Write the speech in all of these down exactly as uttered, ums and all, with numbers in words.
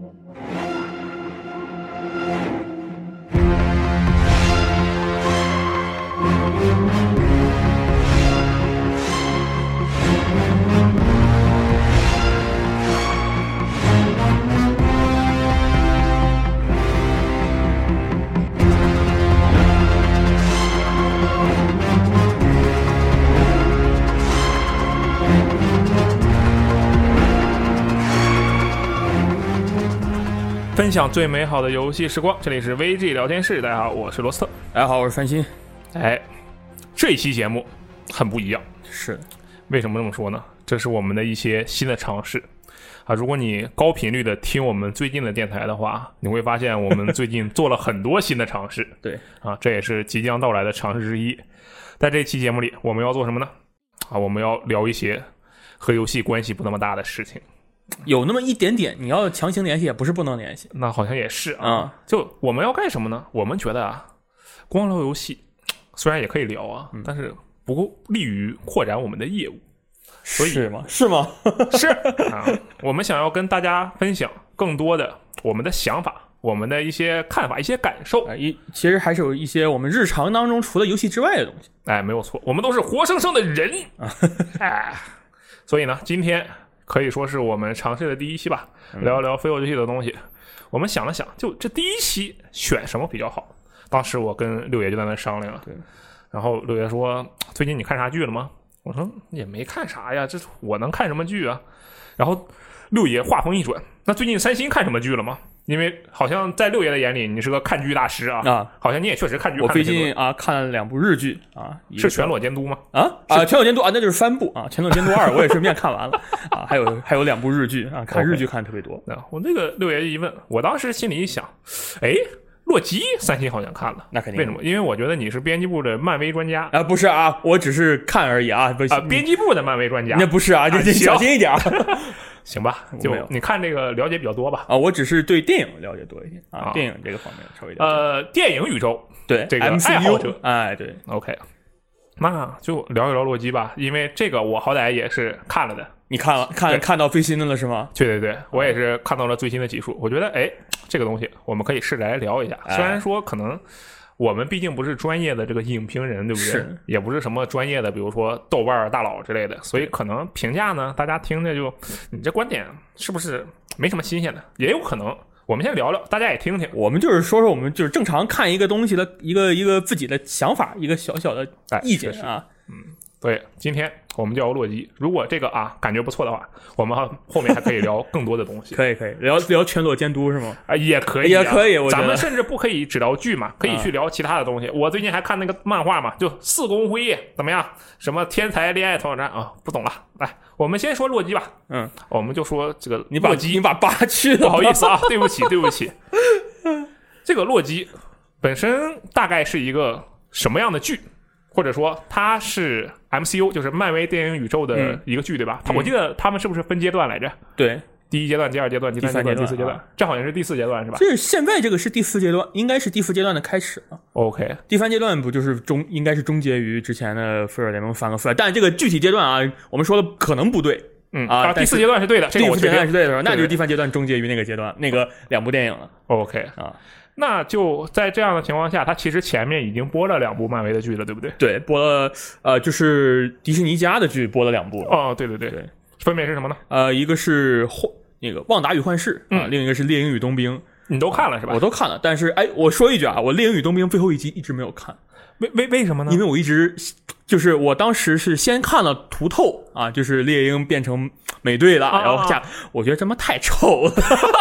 分享最美好的游戏时光，这里是 V G 聊天室。大家好，我是罗斯特。 大家好，我是范鑫。 哎，这一期节目很不一样， 是为什么这么说呢？这是我们的一些新的尝试啊！如果你高频率的听我们最近的电台的话，你会发现我们最近做了很多新的尝试。 对啊，这也是即将到来的尝试之一。在这期节目里，我们要做什么呢？啊，我们要聊一些和游戏关系不那么大的事情。 有那么一点点，你要强行联系也不是不能联系。 那好像也是啊。 嗯、 就我们要干什么呢？我们觉得啊，光聊游戏虽然也可以聊啊，嗯、但是不够利于扩展我们的业务。所以是吗？是吗？ 是啊，我们想要跟大家分享更多的我们的想法，我们的一些看法，一些感受。 啊、一其实还是有一些我们日常当中除了游戏之外的东西。 哎，没有错，我们都是活生生的人啊。哎，所以呢，今天可以说是我们尝试的第一期吧，聊一聊非游戏的东西。我们想了想，就这第一期选什么比较好？当时我跟六爷就在那商量了， 对。 然后六爷说：“最近你看啥剧了吗？”我说：“也没看啥呀，这我能看什么剧啊？”然后六爷话锋一转：“那最近三星看什么剧了吗？”因为好像在六爷的眼里，你是个看剧大师啊，啊好像你也确实看剧看。 我最近啊看了两部日剧啊， 是全裸监督吗？ 啊啊，全裸监督啊，那就是三部啊，全裸监督二我也顺便看完了啊，还有还有两部日剧啊，看日剧看特别多。 Okay. 我那个六爷一问，我当时心里一想，哎。洛基三星好像看了， 那肯定。 为什么？因为我觉得你是编辑部的漫威专家啊，不是啊，我只是看而已啊，不啊，编辑部的漫威专家， 那不是啊，就小心一点。 行吧，就你看这个了解比较多吧？ 啊，我只是对电影了解多一点啊，啊电影这个方面稍微了解。 呃，电影宇宙对这个爱好者， 哎，对 ，OK， 那就聊一聊洛基吧，因为这个我好歹也是看了的。 你看了看看到最新的了是吗？ 对对对，我也是看到了最新的集数。我觉得，哎，这个东西我们可以试着来聊一下。虽然说可能我们毕竟不是专业的这个影评人，对不对？ 是，也不是什么专业的，比如说豆瓣大佬之类的，所以可能评价呢，大家听着就你这观点是不是没什么新鲜的？也有可能。我们先聊聊，大家也听听。 我们就是说说我们就是正常看一个东西的一个一个自己的想法，一个小小的意见啊。 嗯，对，今天我们就聊洛基。如果这个啊感觉不错的话，我们后面还可以聊更多的东西。 可以可以聊聊全裸监督是吗？ 啊，也可以、啊， 也可以。我咱们甚至不可以只聊剧嘛，可以去聊其他的东西。啊、我最近还看那个漫画嘛，就四宫辉怎么样？什么天才恋爱头脑战啊？不懂了。来，我们先说洛基吧。 嗯， 我们就说这个你把洛基， 你把八去了， 不好意思啊，对不起，对不起。这个洛基本身大概是一个什么样的剧？或者说它是 M C U， 就是漫威电影宇宙的一个剧、嗯、对吧？我记得他们是不是分阶段来着？ 对， 第一阶段、第二阶段、第三阶段、第四阶段，这好像是第四阶段是吧？ 这现在这个是第四阶段，应该是第四阶段的开始啊。 OK， 第三阶段不就是终应该是终结于之前的复仇者联盟三个复，但这个具体阶段啊，我们说的可能不对。 嗯啊，第四阶段是对的，这个我第四阶段是对的，那就是第三阶段终结于那个阶段，那个两部电影了。 OK 啊。 那就在这样的情况下，它其实前面已经播了两部漫威的剧了，对不对？ 对，播了呃，就是迪士尼家的剧播了两部。 哦，对对对对，分别是什么呢？ 呃，一个是那个《旺达与幻视》啊、 嗯， 另一个是《猎鹰与冬兵》。 你都看了是吧？ 我都看了，但是哎，我说一句啊，我《猎鹰与冬兵》最后一集一直没有看。 为为为什么呢？ 因为我一直就是我当时是先看了图透啊，就是猎鹰变成美队了， 啊、 然后下我觉得这么太丑了。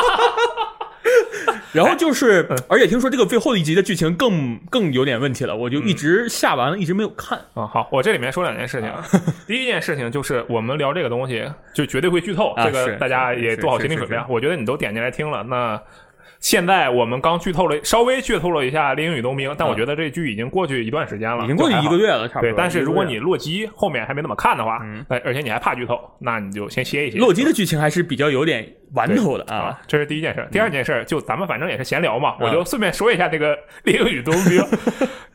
然后就是，而且听说这个最后一集的剧情更更有点问题了，我就一直下完了，嗯、一直没有看啊。好，我这里面说两件事情。啊、第一件事情就是我们聊这个东西就绝对会剧透， 啊、 这个大家也做好心理准备啊。我觉得你都点进来听了，那现在我们刚剧透了，稍微剧透了一下《猎鹰与冬兵》，但我觉得这剧已经过去一段时间了， 已经过去一个月了，差不多。 对，但是如果你洛基后面还没怎么看的话，嗯，而且你还怕剧透，那你就先歇一歇。 洛基的剧情还是比较有点玩头的啊， 这是第一件事。第二件事，就咱们反正也是闲聊嘛，我就顺便说一下这个《猎鹰与冬兵》。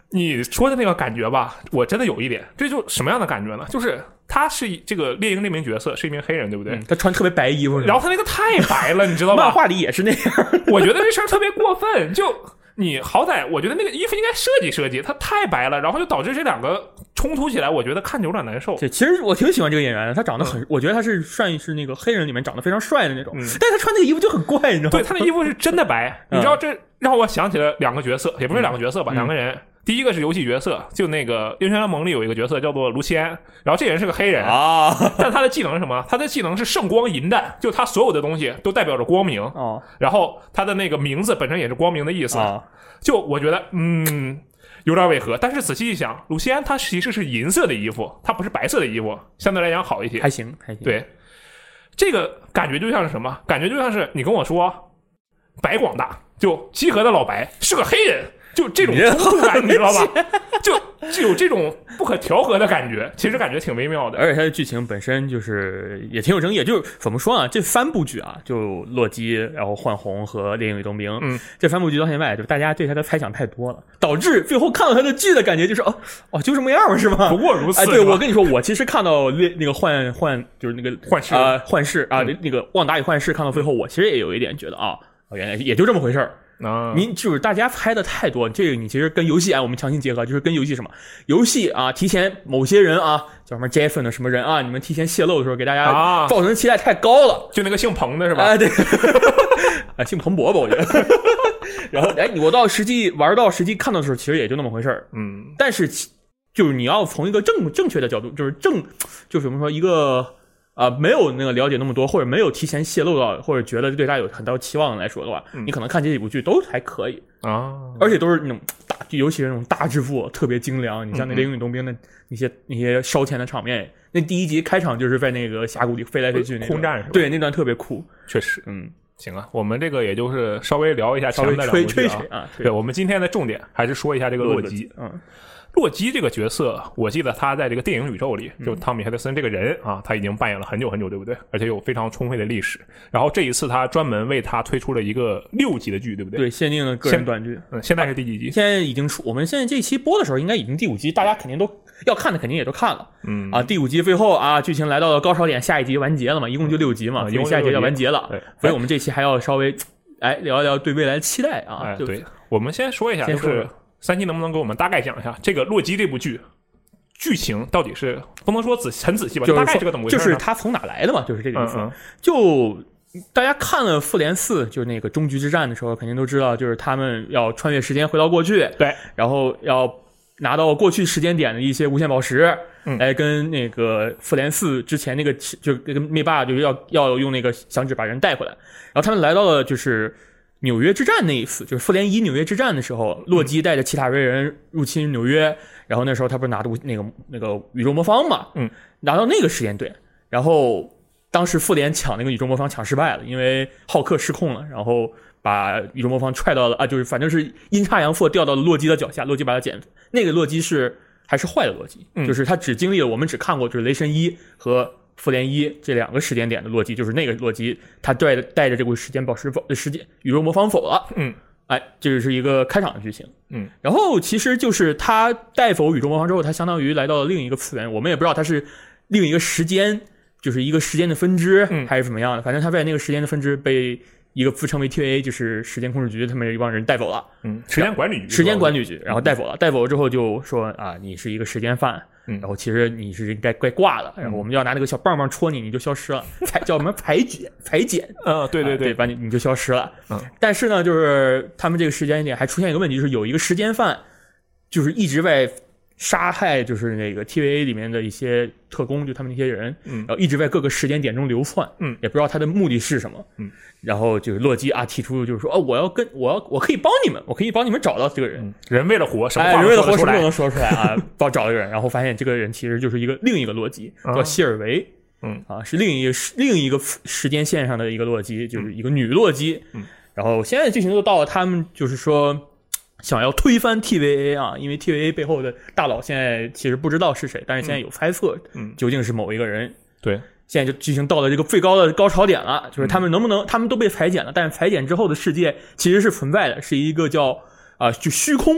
你说的那个感觉吧，我真的有一点，这就什么样的感觉呢？就是他是这个猎鹰这名角色是一名黑人，对不对？ 嗯、他穿特别白衣服， 然后他那个太白了，你知道吗？ 漫画里也是那样。 我觉得这事儿特别过分，就你好歹，我觉得那个衣服应该设计设计，它太白了，然后就导致这两个冲突起来，我觉得看着有点难受。 对，其实我挺喜欢这个演员的，他长得很，嗯、我觉得他是算是那个黑人里面长得非常帅的那种，嗯、但是他穿那个衣服就很怪，你知道吗？ 对，他那衣服是真的白，你知道这让我想起了两个角色，也不是两个角色吧，嗯、两个人。第一个是游戏角色，就那个英雄联盟里有一个角色叫做卢锡安，然后这人是个黑人啊， 但他的技能是什么？他的技能是圣光银弹，就他所有的东西都代表着光明哦。 然后他的那个名字本身也是光明的意思， 啊、 就我觉得嗯有点违和。但是仔细一想，卢锡安他其实是银色的衣服，他不是白色的衣服，相对来讲好一些， 还行还行。 对，这个感觉就像是什么？感觉就像是你跟我说白广大就集合的老白是个黑人。就这种冲突感，你知道吧？就就有这种不可调和的感觉，其实感觉挺微妙的。 而且它的剧情本身就是也挺有争议，就是怎么说啊？这三部剧啊，就洛基，然后幻红和猎鹰与冬兵， 嗯， 这三部剧到现在，就大家对他的猜想太多了，导致最后看到他的剧的感觉就是哦哦，就这么样是吧？ 不过如此。 哎，对，我跟你说，我其实看到那那个幻幻就是那个幻视啊、呃、幻视啊、 嗯、 那个旺达与幻视，看到最后，我其实也有一点觉得啊，哦，原来也就这么回事儿。 啊， 您就是大家拍的太多，这个你其实跟游戏啊，我们强行结合，就是跟游戏什么游戏啊，提前某些人啊，叫什么 Jason 的什么人啊，你们提前泄露的时候，给大家造成期待太高了， 啊、就那个姓彭的是吧？ 啊，对，啊，姓彭伯吧，我觉得。然后，哎，我到实际玩到实际看到的时候，其实也就那么回事儿， 嗯， 但是就是你要从一个正正确的角度，就是正，就是怎么说一个。啊、呃，没有那个了解那么多，或者没有提前泄露到，或者觉得对他有很大期望来说的话， 嗯、 你可能看这几部剧都还可以啊， 而且都是那种大，尤其是那种大制作，特别精良。你像那《猎鹰与冬兵》的那些、嗯、那些烧钱的场面，那第一集开场就是在那个峡谷里飞来飞去那空战是吧？ 对，那段特别酷， 确实， 嗯。 行啊，我们这个也就是稍微聊一下前面的两部剧啊。 啊对，我们今天的重点还是说一下这个洛基。 嗯， 洛基这个角色，我记得他在这个电影宇宙里，就汤米·海德森这个人啊，他已经扮演了很久很久，对不对？而且有非常充沛的历史。然后这一次他专门为他推出了一个六集的剧，对不对？ 对，限定的个人短剧。 嗯，现在是第几集？ 现在已经出，我们现在这一期播的时候应该已经第五集，大家肯定都要看的，肯定也都看了。 嗯啊，第五集最后啊，剧情来到了高潮点，下一集完结了嘛，一共就六集嘛， 嗯、 所以下一集要完结了。 对， 所以我们这期还要稍微。哎，聊一聊对未来的期待啊！ 哎，对，我们先说一下， 就是三七能不能给我们大概讲一下这个《洛基》这部剧剧情到底是不能说仔很仔细吧？ 就是大概这个怎么回事？ 就是它从哪来的嘛？就是这个意思。 嗯嗯就大家看了《复联四》就是那个终局之战的时候，肯定都知道，就是他们要穿越时间回到过去， 对， 然后要拿到过去时间点的一些无限宝石。 嗯， 来跟那个复联四之前那个就跟灭霸就是要要用那个响指把人带回来，然后他们来到了就是纽约之战那一次，就是复联一纽约之战的时候，洛基带着其他瑞人入侵纽约，然后那时候他不是拿着那个那个宇宙魔方嘛， 嗯， 拿到那个时间点，然后当时复联抢那个宇宙魔方抢失败了，因为浩克失控了，然后把宇宙魔方踹到了啊，就是反正是阴差阳错掉到了洛基的脚下，洛基把他捡，那个洛基是。还是坏的洛基， 嗯、 就是他只经历了我们只看过就是雷神一和复联一这两个时间点的洛基，就是那个洛基他带着带着这个时间宝石否时间宇宙魔方否了， 嗯， 哎，这是一个开场的剧情， 嗯， 然后其实就是他带否宇宙魔方之后，他相当于来到了另一个次元，我们也不知道他是另一个时间，就是一个时间的分支、 嗯、 还是怎么样的，反正他在那个时间的分支被。一个自称为 T V A， 就是时间控制局，他们一帮人带走了。 嗯，时间管理局， 时间管理局，然后带走了。带走了之后就说啊，你是一个时间犯， 嗯， 然后其实你是应该该挂了，然后我们要拿那个小棒棒戳你，你就消失了，裁叫什么裁剪裁剪， 嗯，对对对， 把你你就消失了。 嗯， 但是呢，就是他们这个时间点还出现一个问题，就是有一个时间犯，就是一直在。杀害就是那个 T V A 里面的一些特工，就他们那些人， 嗯， 然后一直在各个时间点中流窜， 嗯， 也不知道他的目的是什么， 嗯， 然后就是洛基啊提出就是说，哦，我要跟我要我可以帮你们，我可以帮你们找到这个人， 嗯、人为了活，什么话哎，人为了活什么都能说出来啊，帮找这个人，然后发现这个人其实就是一个另一个洛基，叫希尔维， 嗯啊，是另一个另一个时间线上的一个洛基，就是一个女洛基， 嗯， 然后现在剧情都到了他们就是说。想要推翻 T V A 啊，因为 T V A 背后的大佬现在其实不知道是谁，但是现在有猜测， 嗯，究竟是某一个人。 对， 现在就剧情到了这个最高的高潮点了，就是他们能不能，他们都被裁剪了，但是裁剪之后的世界其实是存在的，是一个叫啊、呃，就虚空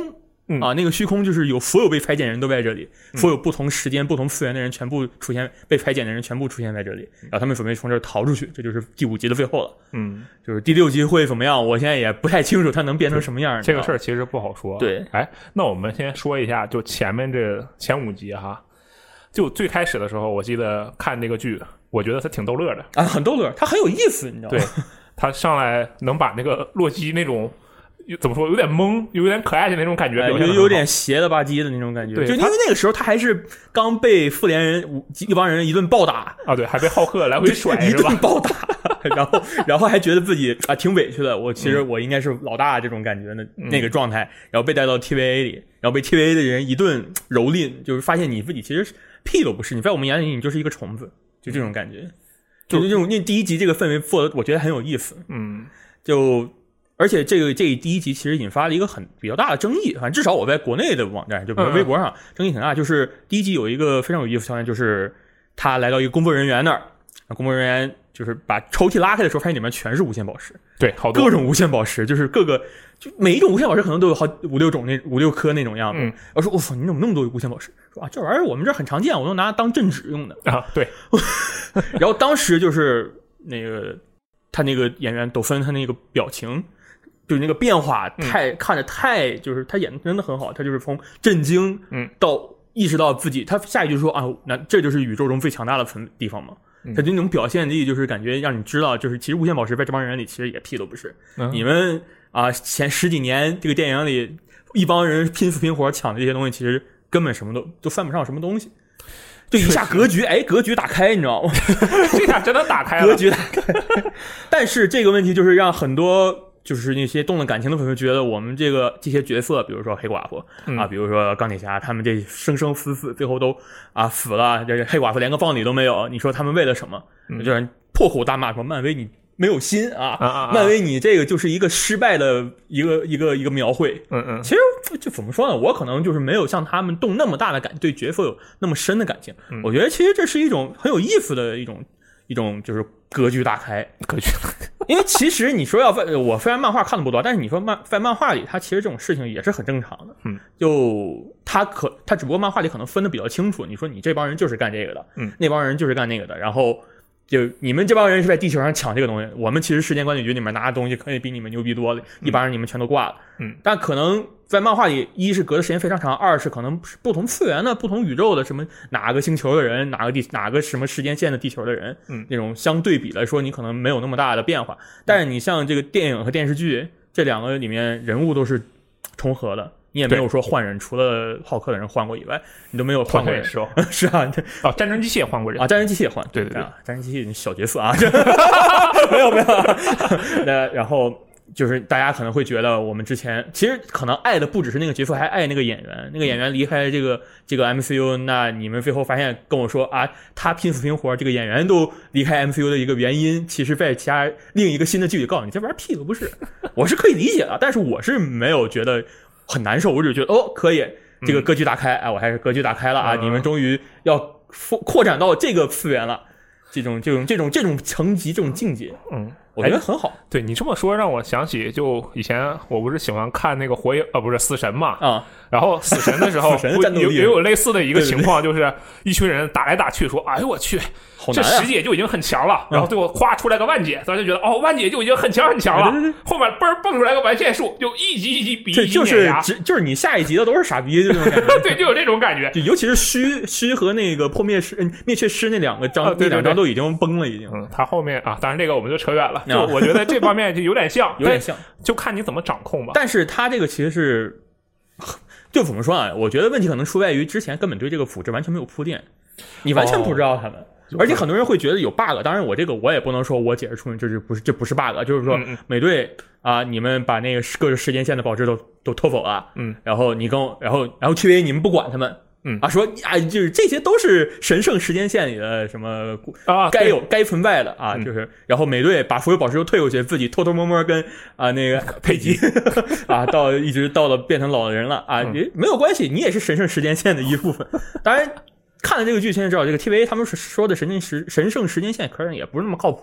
嗯、 啊，那个虚空就是有所有被裁剪人都在这里，嗯、所有不同时间、不同次元的人全部出现，被裁剪的人全部出现在这里，然后他们准备从这儿逃出去，这就是第五集的最后了。 嗯， 就是第六集会怎么样，我现在也不太清楚，它能变成什么样。 这个事儿其实不好说。 对， 哎，那我们先说一下，就前面这前五集哈，就最开始的时候，我记得看那个剧，我觉得它挺逗乐的啊，很逗乐，它很有意思，你知道吗？ 对，他上来能把那个洛基那种。怎么说？有点懵，有点可爱的那种感觉， 有、哎、有点邪了吧唧的那种感觉。 对， 就因为那个时候他还是刚被复联人一帮人一顿暴打啊，对，还被浩克来回甩， 一顿暴打，然后然后还觉得自己啊挺委屈的。我其实我应该是老大这种感觉的、嗯、那个状态，然后被带到 T V A 里，然后被 T V A 的人一顿蹂躏，就是发现你自己其实屁都不是，你在我们眼里你就是一个虫子，就这种感觉。就这种那第一集这个氛围做的，我觉得很有意思。 嗯， 就。而且这个这第一集其实引发了一个很比较大的争议，反正至少我在国内的网站，就比如微博上争议很大。就是第一集有一个非常有意思的桥段，就是他来到一个工作人员那儿，工作人员就是把抽屉拉开的时候，发现里面全是无限宝石， 对，好多各种无限宝石，就是各个就每一种无限宝石可能都有好五六种那五六颗那种样子。 嗯， 我说我操，你怎么那么多无限宝石？说啊，这玩意儿我们这儿很常见，我都拿它当镇纸用的啊。对， 然后当时就是那个他那个演员抖森他那个表情。就是那个变化太、嗯、看着太就是他演的真的很好，他就是从震惊嗯到意识到自己，他下一句说啊，那这就是宇宙中最强大的地方嘛。嗯、他就那种表现力就是感觉让你知道，就是其实无限宝石在这帮人里其实也屁都不是。嗯、你们啊前十几年这个电影里一帮人拼死拼活抢的这些东西，其实根本什么都都算不上什么东西。就一下格局，哎，格局打开，你知道吗？ 这下真的打开了， 格局打开。但是这个问题就是让很多。就是那些动了感情的朋友觉得我们这个这些角色，比如说黑寡妇、嗯、啊，比如说钢铁侠，他们这生生死死最后都啊死了，这黑寡妇连个葬礼都没有，你说他们为了什么？嗯、就是破口大骂说漫威你没有心啊， 啊啊啊漫威你这个就是一个失败的一个一个一个描绘。 嗯嗯， 其实就怎么说呢，我可能就是没有像他们动那么大的感，对角色有那么深的感情。嗯、我觉得其实这是一种很有意思的一种一种就是格局大开， 格局。 因为其实你说要在，我虽然漫画看的不多，但是你说漫在漫画里，它其实这种事情也是很正常的。 嗯， 就他可他只不过漫画里可能分的比较清楚。你说你这帮人就是干这个的， 嗯， 那帮人就是干那个的，然后就你们这帮人是在地球上抢这个东西，我们其实时间管理局里面拿的东西可以比你们牛逼多了， 嗯、 一帮人你们全都挂了。 嗯， 但可能在漫画里，一是隔的时间非常长，二是可能不同次元的、不同宇宙的什么哪个星球的人，哪个地哪个什么时间线的地球的人， 嗯， 那种相对比来说，你可能没有那么大的变化。但是你像这个电影和电视剧这两个里面人物都是重合的，你也没有说换人，除了浩克的人换过以外，你都没有换过人。 是哦， 是啊， 哦，战争机器也换过人啊，战争机器也换， 对对对， 啊、战争机器小角色啊，没有没有。那然后。就是大家可能会觉得我们之前其实可能爱的不只是那个角色，还爱那个演员。那个演员离开这个这个 M C U， 那你们最后发现跟我说啊，他拼死拼活，这个演员都离开 M C U 的一个原因，其实在其他另一个新的剧里告诉你，这玩意儿屁都不是。我是可以理解的，但是我是没有觉得很难受，我只觉得哦，可以，这个格局打开，哎，我还是格局打开了啊，你们终于要扩扩展到这个次元了，这种这种这种这种层级，这种境界， 嗯。 我觉得很好。 对你这么说，让我想起就以前我不是喜欢看那个火影，呃，不是死神嘛， 啊， 然后死神的时候，有也有类似的一个情况，就是一群人打来打去，说，哎呦我去，这十姐就已经很强了，然后最后哗出来个万姐，咱就觉得哦，万姐就已经很强很强了，后面嘣蹦出来个完线术，就一集一集比一集碾压， 就是就是你下一集的都是傻逼，就这种感觉， 对，就有这种感觉， 就尤其是虚虚和那个破灭师、灭却师那两个章，那两章都已经崩了，已经。 嗯，他后面啊，当然这个我们就扯远了。就我觉得这方面就有点像， 有点像， 就看你怎么掌控吧。 但是他这个其实是，就怎么说啊？我觉得问题可能出在于之前根本对这个辅助完全没有铺垫，你完全不知道他们，哦、而且很多人会觉得有 bug。当然，我这个我也不能说我解释出这是不是这不是 bug， 就是说美队啊、呃，你们把那个各个时间线的保质都都偷走了， 嗯， 然后你跟然后然后 T V A 你们不管他们。 嗯啊，说啊，就是这些都是神圣时间线里的什么啊， 该有该存在的啊，嗯、就是，然后美队把所有宝石都退过去，自己偷偷摸摸跟啊那个佩吉啊，到一直到了变成老人了啊，也、嗯、没有关系，你也是神圣时间线的一部分。当然，看了这个剧，现在知道这个 T V A 他们说的神圣时神圣时间线可能也不是那么靠谱。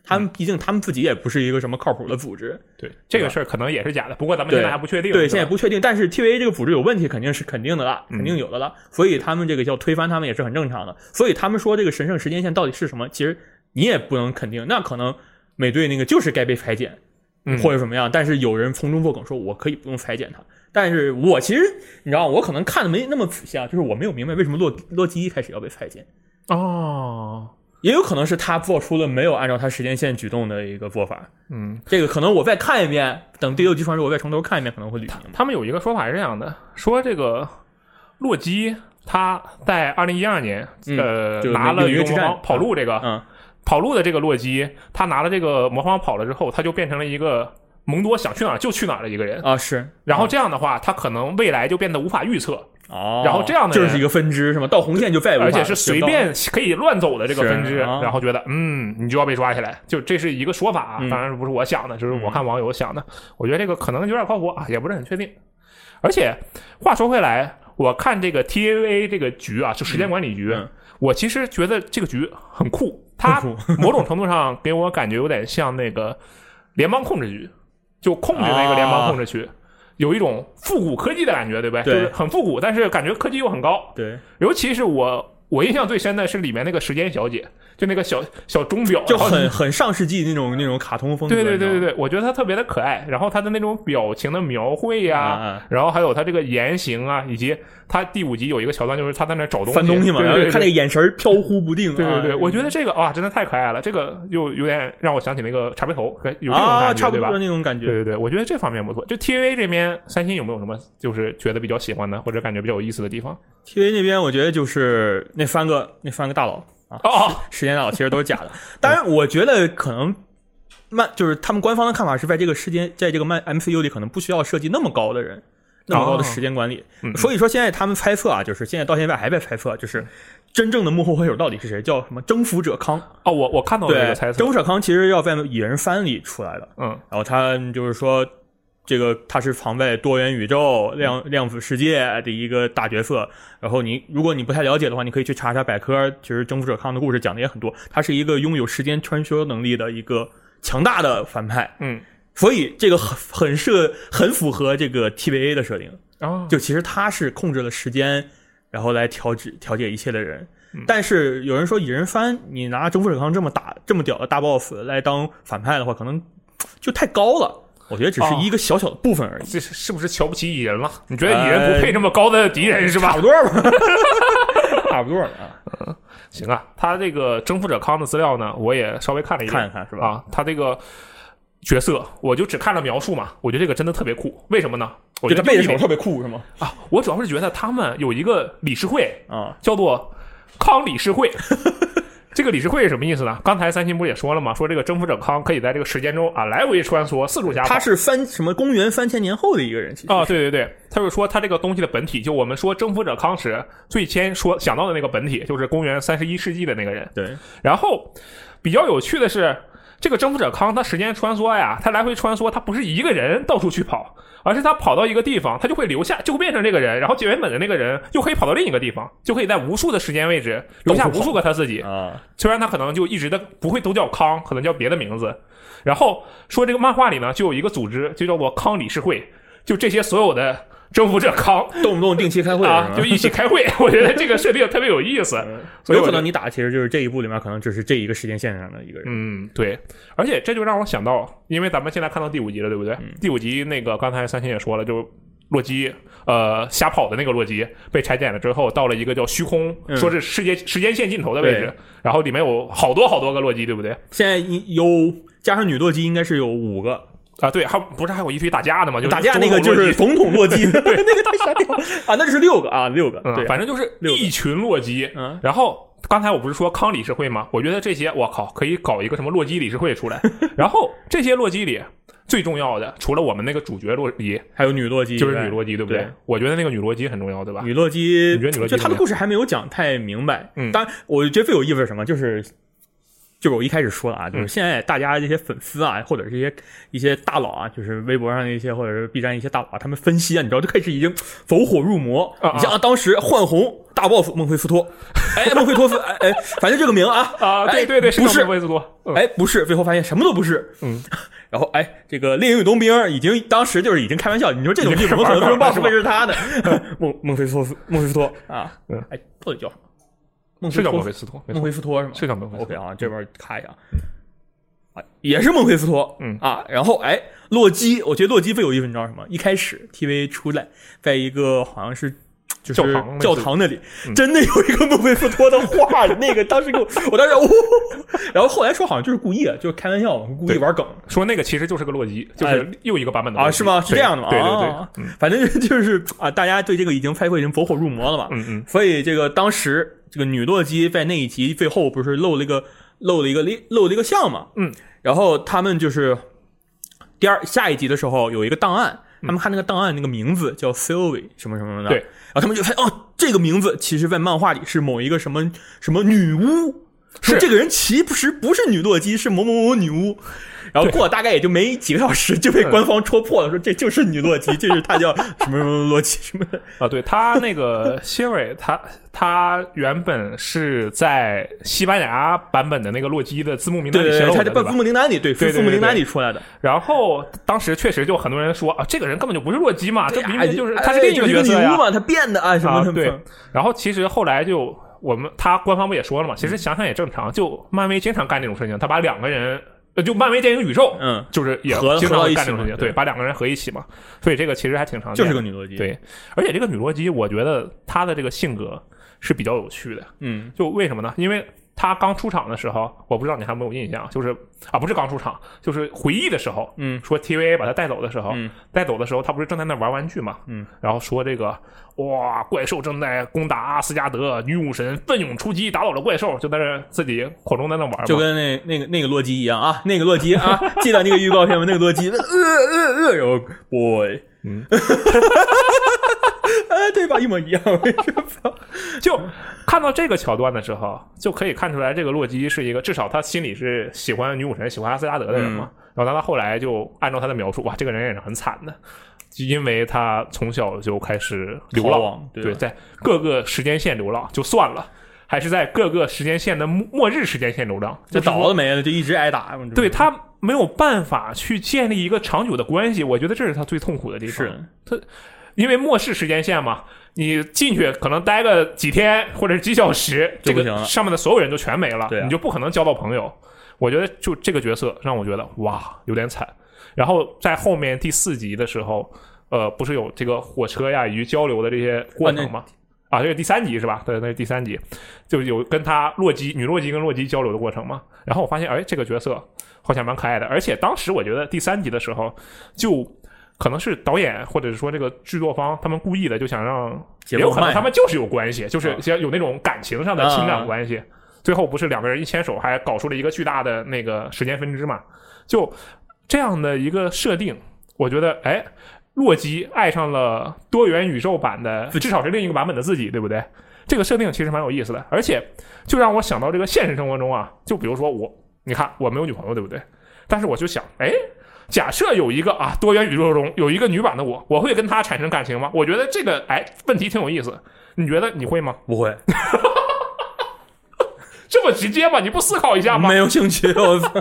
他们毕竟他们自己也不是一个什么靠谱的组织。 对，这个事儿可能也是假的，不过咱们现在还不确定。 对，对现在不确定，但是 T V A 这个组织有问题肯定是肯定的了，肯定有的了，嗯、所以他们这个要推翻他们也是很正常的。所以他们说这个神圣时间线到底是什么，其实你也不能肯定，那可能美队那个就是该被裁减。或者怎么样，但是有人从中作梗说我可以不用裁剪它，但是我其实你知道我可能看的没那么仔细啊，就是我没有明白为什么洛洛基一开始要被裁剪哦， 也有可能是他做出了没有按照他时间线举动的一个做法， 嗯， 这个可能我再看一遍，等第六集传出我再从头看一遍可能会捋清。 他们有一个说法是这样的，说这个洛基他在二零一二年、嗯、呃拿了宇宙魔方跑路这个。 嗯跑路的这个洛基，他拿了这个魔方跑了之后，他就变成了一个蒙多想去哪儿就去哪儿的一个人啊，是。 然后这样的话，他可能未来就变得无法预测哦。 然后这样的就是一个分支是吗？到红线就再也无法， 而且是随便可以乱走的这个分支， 啊、 然后觉得嗯，你就要被抓起来，就这是一个说法啊， 嗯、 当然不是我想的，就是我看网友想的。嗯、我觉得这个可能有点靠谱啊，也不是很确定。而且话说回来，我看这个 T V A 这个局啊，就时间管理局。 嗯嗯我其实觉得这个局很酷，它某种程度上给我感觉有点像那个联邦控制局，就控制那个联邦控制区，啊、有一种复古科技的感觉，对不对？ 对， 就是很复古，但是感觉科技又很高。 对， 尤其是我我印象最深的是里面那个时间小姐，就那个小小钟表， 就很很上世纪那种那种卡通风格。 对对对对对，我觉得她特别的可爱，然后她的那种表情的描绘呀、啊， 啊、 然后还有她这个言行啊，以及她第五集有一个桥段，就是她在那找东西， 翻东西嘛， 对对对， 然后看那个眼神飘忽不定。 对对对， 啊、 我觉得这个哇，真的太可爱了，这个又有点让我想起那个茶杯头，有这种感觉， 啊、差不多的那种感觉。 对对对，我觉得这方面不错。就 T V A 这边，三星有没有什么就是觉得比较喜欢的，或者感觉比较有意思的地方 ？T V A 那边我觉得就是那三个那三个大佬。啊， 哦， 时间大佬其实都是假的。当然，我觉得可能漫就是他们官方的看法是在这个时间，在这个漫 M C U 里可能不需要设计那么高的人，那么高的时间管理。 哦、 所以说现在他们猜测啊，就是现在到现在还在猜测，就是真正的幕后黑手到底是谁？叫什么征服者康？ 哦，我我看到这个猜测， 征服者康其实要在蚁人番里出来的。 嗯， 然后他就是说。这个他是藏在多元宇宙量量子世界的一个大角色，然后你如果你不太了解的话，你可以去查查百科。其实征服者康的故事讲的也很多，他是一个拥有时间穿梭能力的一个强大的反派。 嗯， 所以这个很很设很符合这个 T V A 的设定。 哦， 就其实他是控制了时间，然后来调制调节一切的人。 嗯、 但是有人说蚁人番，你拿征服者康这么打这么屌的大 boss 来当反派的话，可能就太高了。我觉得只是一个小小的部分而已。 哦、这是不是瞧不起蚁人了？你觉得蚁人不配这么高的敌人、呃、是吧？ 差不多吧，差不多了啊、 嗯。行啊，他这个征服者康的资料呢，我也稍微看了一看一看，是吧？ 啊，他这个角色我就只看了描述嘛，我觉得这个真的特别酷。为什么呢？我觉得背着手特别酷是吗？ 啊，我主要是觉得他们有一个理事会啊， 叫做康理事会。这个理事会是什么意思呢？刚才三星不是也说了吗？说这个征服者康可以在这个时间中啊来回穿梭，四处瞎跑。 他是翻什么公元三千年后的一个人，其实啊，对对对，他就说他这个东西的本体，就我们说征服者康时最先说想到的那个本体，就是公元三十一世纪的那个人。 对， 然后比较有趣的是，这个征服者康他时间穿梭呀，他来回穿梭，他不是一个人到处去跑。而是他跑到一个地方，他就会留下，就会变成这个人，然后原本的那个人又可以跑到另一个地方，就可以在无数的时间位置留下无数个他自己啊。 虽然他可能就一直的不会都叫康，可能叫别的名字。然后说这个漫画里呢，就有一个组织，就叫做康理事会，就这些所有的征服者康动不动定期开会啊，就一起开会。我觉得这个设定特别有意思， 嗯、所以有可能你打的其实就是这一部里面可能就是这一个时间线上的一个人。 嗯，对。而且这就让我想到，因为咱们现在看到第五集了，对不对？ 嗯、 第五集那个刚才三星也说了，就洛基呃瞎跑的那个洛基被拆解了之后，到了一个叫虚空， 嗯、 说是世界时间线尽头的位置，然后里面有好多好多个洛基，对不对？ 现在有加上女洛基应该是有五个。 啊，对，还不是还有一堆打架的吗？就是、 打架那个就是总统洛基，那个太傻屌啊！那就是六个啊，六个，对、 嗯，反正就是一群洛基。 嗯， 然后刚才我不是说康理事会吗？我觉得这些，我靠，可以搞一个什么洛基理事会出来。然后这些洛基里最重要的，除了我们那个主角洛基， 还有女洛基， 就是女洛基，对不对？ 对， 我觉得那个女洛基很重要，对吧？ 女洛基， 你觉得女洛基？ 就他们故事还没有讲太明白。 嗯， 当然，我觉得最有意思是什么？就是就是我一开始说了啊，就是现在大家这些粉丝啊，或者是一些一些大佬啊，就是微博上的一些或者是 B 站一些大佬啊，他们分析啊，你知道就开始已经走火入魔。 啊啊你像当时幻红大 boss 孟菲斯托，哎，孟菲托斯，哎哎，反正这个名啊啊，对对对， 不是孟菲斯托， 哎，不是，最后发现什么都不是， 嗯。 然后哎，这个猎鹰与冬兵已经当时就是已经开玩笑，你说这种剧怎么可能最终 boss 会是他的？孟孟菲斯托斯，孟菲斯托啊， 嗯， 哎，到底叫什么？孟是叫孟菲斯托， 孟菲斯托是吗？ 是叫孟菲斯托。 OK 啊，这边看一下，啊，也是孟菲斯托， 嗯啊，然后哎，洛基，我觉得洛基最有意思，你知道什么？一开始 T V 出来，在一个好像是。就是教堂教堂那里、 嗯、 真的有一个孟菲斯托的画，那个当时给我，我当时哦，然后后来说好像就是故意的，就是开玩笑，故意玩梗， 说那个其实就是个洛基，就是又一个版本的啊，是吗？是这样的吗？ 对对对， 啊、嗯，反正就是啊，大家对这个已经开会已经走火入魔了嘛， 嗯嗯， 所以这个当时这个女洛基在那一集最后不是露了一个露了一个露了一个像嘛， 嗯， 然后他们就是第二下一集的时候有一个档案。他们看那个档案，那个名字叫 Sylvie 什么什么的， 对， 然后他们就发现哦，这个名字其实在漫画里是某一个什么什么女巫，说这个人其实不是女洛基，是某某某女巫。然后过了大概也就没几个小时，就被官方戳破了，说这就是女洛基，这是她叫什么什么洛基什么的啊。对，他那个 Sylvie， 他他原本是在西班牙版本的那个洛基的字幕名单里写了的， 他在字幕名单里，对， 对字幕名单里出来的。 然后当时确实就很多人说啊，这个人根本就不是洛基嘛，这明明就是他是另一个角色呀， 嘛，他变的啊什么的。 对，然后其实后来就我们他官方不也说了嘛，其实想想也正常，就漫威经常干这种事情，他把两个人。就漫威电影宇宙， 嗯， 就是也经常干这种事情，对，把两个人合一起嘛，所以这个其实还挺常见的， 就是个女洛基， 对，而且这个女洛基，我觉得她的这个性格是比较有趣的， 嗯， 就为什么呢？因为她刚出场的时候，我不知道你还有没有印象，就是啊，不是刚出场，就是回忆的时候， 嗯， 说 T V A 把她带走的时候， 嗯， 带走的时候，她不是正在那玩玩具嘛， 嗯， 然后说这个哇，怪兽正在攻打阿斯加德，女武神奋勇出击，打倒了怪兽，就在这自己口中在那玩， 就跟那那个那个洛基一样啊，那个洛基啊，记得那个预告片吗？那个洛基，呃呃呃，然后 boy， 嗯， 哎，对吧？一模一样，为什么？ 就看到这个桥段的时候，就可以看出来，这个洛基是一个至少他心里是喜欢女武神、喜欢阿斯加德的人嘛。嗯、然后他后来就按照他的描述，哇，这个人也是很惨的。因为他从小就开始流浪， 对， 对，在各个时间线流浪就算了，还是在各个时间线的末日时间线流浪， 就倒了没了，就一直挨打。 对，他没有办法去建立一个长久的关系，我觉得这是他最痛苦的地方。 是他因为末世时间线嘛，你进去可能待个几天或者是几小时，这个上面的所有人就全没了， 对啊、 你就不可能交到朋友。我觉得就这个角色让我觉得哇有点惨。然后在后面第四集的时候，呃，不是有这个火车呀与交流的这些过程吗？啊，这是第三集是吧？对，那是第三集，就有跟他洛基女洛基跟洛基交流的过程嘛。然后我发现，哎，这个角色好像蛮可爱的，而且当时我觉得第三集的时候，就可能是导演或者是说这个制作方他们故意的，就想让，也有可能他们就是有关系，就是有那种感情上的情感关系。啊、最后不是两个人一牵手，还搞出了一个巨大的那个时间分支嘛？就这样的一个设定，我觉得，哎。洛基爱上了多元宇宙版的，至少是另一个版本的自己，对不对？这个设定其实蛮有意思的，而且就让我想到这个现实生活中啊，就比如说我，你看我没有女朋友，对不对？但是我就想，哎，假设有一个啊多元宇宙中有一个女版的我，我会跟她产生感情吗？我觉得这个哎问题挺有意思，你觉得你会吗？ 不会， 这么直接吗？你不思考一下吗？ 没有兴趣，我操。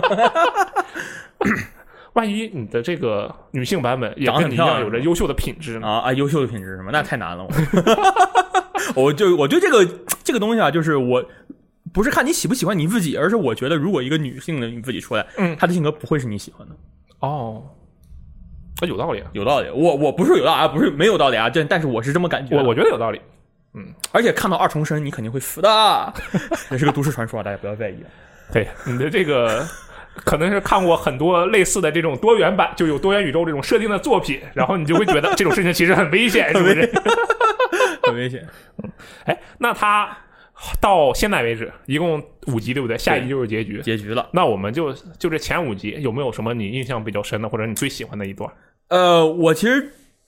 万一你的这个女性版本也跟你一样有着优秀的品质呢？ 啊啊，优秀的品质是吗？那太难了。我, 我就我对这个这个东西啊，就是我不是看你喜不喜欢你自己，而是我觉得如果一个女性的你自己出来， 嗯， 她的性格不会是你喜欢的。 哦，啊，有道理， 有道理。我我不是有道理啊，不是没有道理啊，但是我是这么感觉。 我我觉得有道理。嗯， 而且看到二重身，你肯定会死的。也是个都市传说，大家不要在意啊。 对，你的这个。可能是看过很多类似的这种多元版，就有多元宇宙这种设定的作品，然后你就会觉得这种事情其实很危险，是不是？ 很危险。 哎，那他到现在为止一共五集，对不对？下一集就是结局， 结局了。 那我们就就这前五集有没有什么你印象比较深的，或者你最喜欢的一段？ 呃，我其实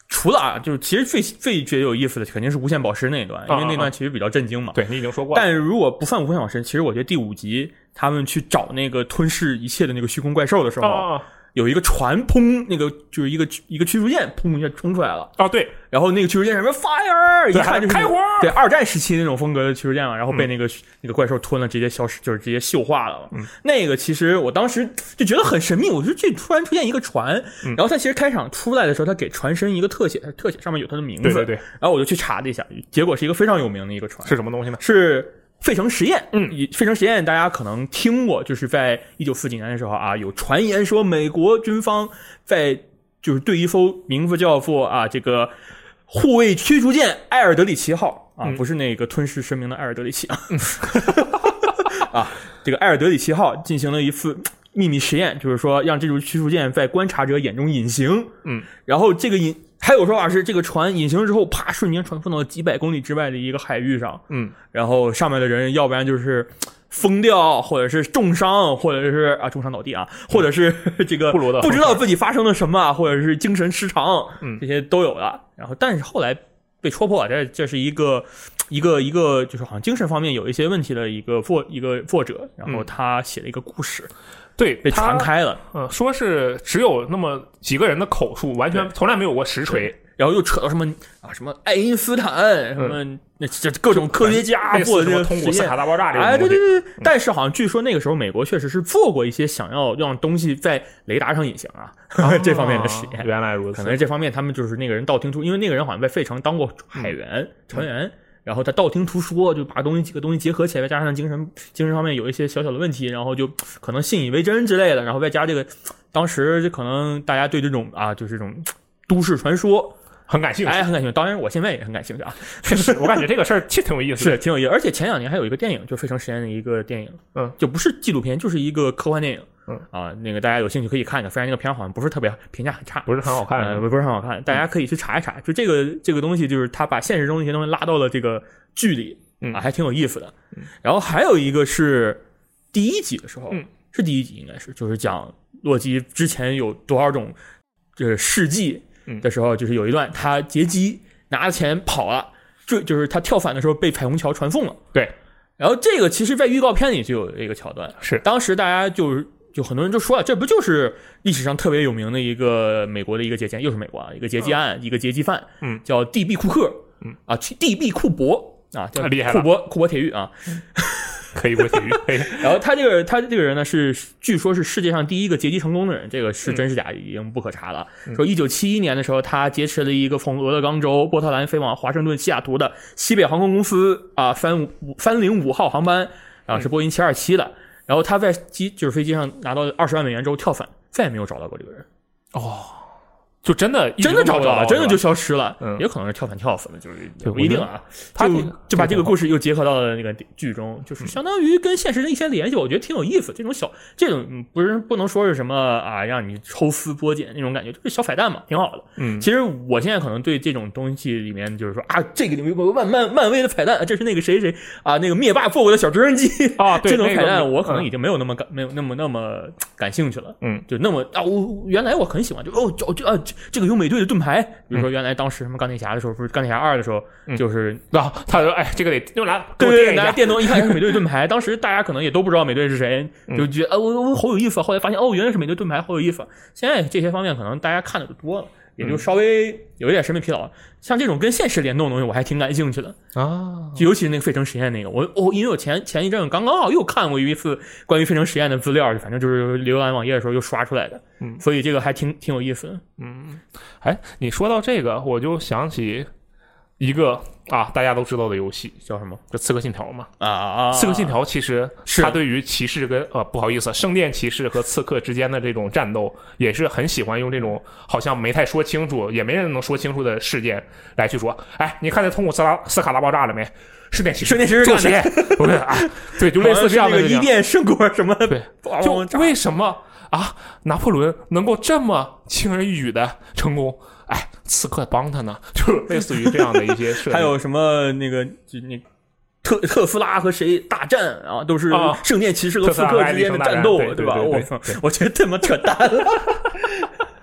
除了啊，就是其实最最觉得有意思的肯定是无限宝石那一段，因为那段其实比较震惊嘛。 对，你已经说过了。 但如果不算无限宝石，其实我觉得第五集他们去找那个吞噬一切的那个虚空怪兽的时候， 啊啊有一个船砰，那个就是一个一个驱逐舰砰一下冲出来了。 哦，对， 然后那个驱逐舰什么 fire， 一看就是开火， 对二战时期那种风格的驱逐舰嘛，然后被那个、嗯、那个怪兽吞了，直接消失，就是直接锈化了。 嗯， 那个其实我当时就觉得很神秘，我说这突然出现一个船， 嗯、 然后他其实开场出来的时候，他给船身一个特写，特写上面有他的名字， 对对对， 然后我就去查了一下，结果是一个非常有名的一个船， 是什么东西呢？ 是费城实验。 嗯， 费城实验大家可能听过，就是在一九四几年的时候啊，有传言说美国军方在就是对一艘名字叫做啊这个护卫驱逐舰埃尔德里奇号啊、嗯，不是那个吞噬神明的埃尔德里奇啊，嗯、啊，这个埃尔德里奇号进行了一次秘密实验，就是说让这艘驱逐舰在观察者眼中隐形。 嗯， 然后这个隐。还有说法是，这个船隐形之后，啪，瞬间传送到几百公里之外的一个海域上。 嗯， 然后上面的人，要不然就是疯掉，或者是重伤，或者是啊重伤倒地啊，或者是这个不知道自己发生了什么，或者是精神失常， 嗯， 这些都有了。然后，但是后来被戳破，这这是一个一个一个，就是好像精神方面有一些问题的一个作一个作者，然后他写了一个故事。嗯对， 被传开了。 嗯、呃，说是只有那么几个人的口述，完全从来没有过实锤。 然后又扯到什么啊，什么爱因斯坦，什么那、嗯、这各种科学家做这个通古斯卡大爆炸这个哎，对对对。嗯、但是好像据说那个时候美国确实是做过一些想要让东西在雷达上隐形啊，啊这方面的实验。 原来如此， 可能这方面他们就是那个人道听途，因为那个人好像在费城当过海员、嗯、船员。嗯，然后他道听途说，就把东西几个东西结合起来，再加上精神精神方面有一些小小的问题，然后就可能信以为真之类的，然后再加这个，当时可能大家对这种啊，就是这种都市传说很感兴趣， 哎，很感兴趣。当然，我现在也很感兴趣啊。 确实，我感觉这个事儿其实挺有意思的， 是挺有意思。而且前两年还有一个电影，就费城实验的一个电影， 嗯， 就不是纪录片，就是一个科幻电影。 嗯啊，那个大家有兴趣可以看看，虽然那个片好像不是特别评价很差， 不是很好看， 呃，不是很好看，大家可以去查一查。就这个这个东西，就是他把现实中一些东西拉到了这个剧里， 嗯啊，还挺有意思的。嗯、然后还有一个是第一集的时候， 嗯、 是第一集应该是，就是讲洛基之前有多少种就是事迹的时候，就是有一段他劫机拿着钱跑了，就就是他跳伞的时候被彩虹桥传送了。 对， 然后这个其实在预告片里就有一个桥段， 是当时大家就是。就很多人就说了，这不就是历史上特别有名的一个美国的一个劫机，又是美国啊，一个劫机案，嗯、一个劫机犯， 嗯， 叫 D B 库克， 嗯啊 ，D B 库珀啊，叫厉害库珀库珀铁玉啊， 可以过铁玉，可以。 然后他这个他这个人呢是据说是世界上第一个劫机成功的人，这个是真是假已经不可查了。 嗯、 说一九七一年的时候，他劫持了一个从俄勒冈州波特兰飞往华盛顿西雅图的西北航空公司啊三五三零五号航班，啊是波音七二七的。然后他在机就是飞机上拿到二十万美元之后跳伞，再也没有找到过这个人。 哦，就真的真的找不到了，真的就消失了。 嗯， 也可能是跳伞跳死了，就是就不一定啊。他就就把这个故事又结合到了那个剧中，就是相当于跟现实的一些联系，我觉得挺有意思。这种小这种不是不能说是什么啊，让你抽丝剥茧那种感觉，就是小彩蛋嘛，挺好的。 嗯， 其实我现在可能对这种东西里面就是说啊，这个里面有漫漫漫威的彩蛋，这是那个谁谁啊，那个灭霸做过的小直升机啊，对这种彩蛋， 那个、 我可能已经没有那么感、嗯、没有那么那么感兴趣了。 嗯， 就那么啊，我原来我很喜欢，就哦就啊这个有美队的盾牌，比如说原来当时什么钢铁侠的时候，不是钢铁侠二的时候， 嗯、 就是啊，他说哎，这个得用来对对对，拿电动一看是美队盾牌，当时大家可能也都不知道美队是谁，就觉得啊我我好有意思，后来发现哦原来是美队盾牌，好有意思。现在这些方面可能大家看的就多了，也就稍微有一点审美疲劳。嗯、像这种跟现实联动的东西，我还挺感兴趣的啊， 就尤其是那个费城实验那个，我我因为我前前一阵刚刚好又看过一次关于费城实验的资料，反正就是浏览网页的时候又刷出来的， 嗯， 所以这个还挺挺有意思的。 嗯，哎，你说到这个，我就想起一个啊，大家都知道的游戏叫什么？ 就《刺客信条》嘛。 啊啊！ 刺客信条其实它对于骑士跟呃不好意思，圣殿骑士和刺客之间的这种战斗，也是很喜欢用这种好像没太说清楚，也没人能说清楚的事件来去说。哎，你看那通古斯拉斯卡大爆炸了没？圣殿骑士， 圣殿骑士就是谁？不是啊，对，就类似这样的那个伊甸圣果什么的。 对，就为什么啊？拿破仑能够这么轻而易举的成功？哎，刺客帮他呢，就是类似于这样的一些设定。 还有什么那个就那特特斯拉和谁大战啊，都是圣殿骑士和刺客之间的战斗， 啊、 对吧？ 我我觉得他妈扯淡了。 他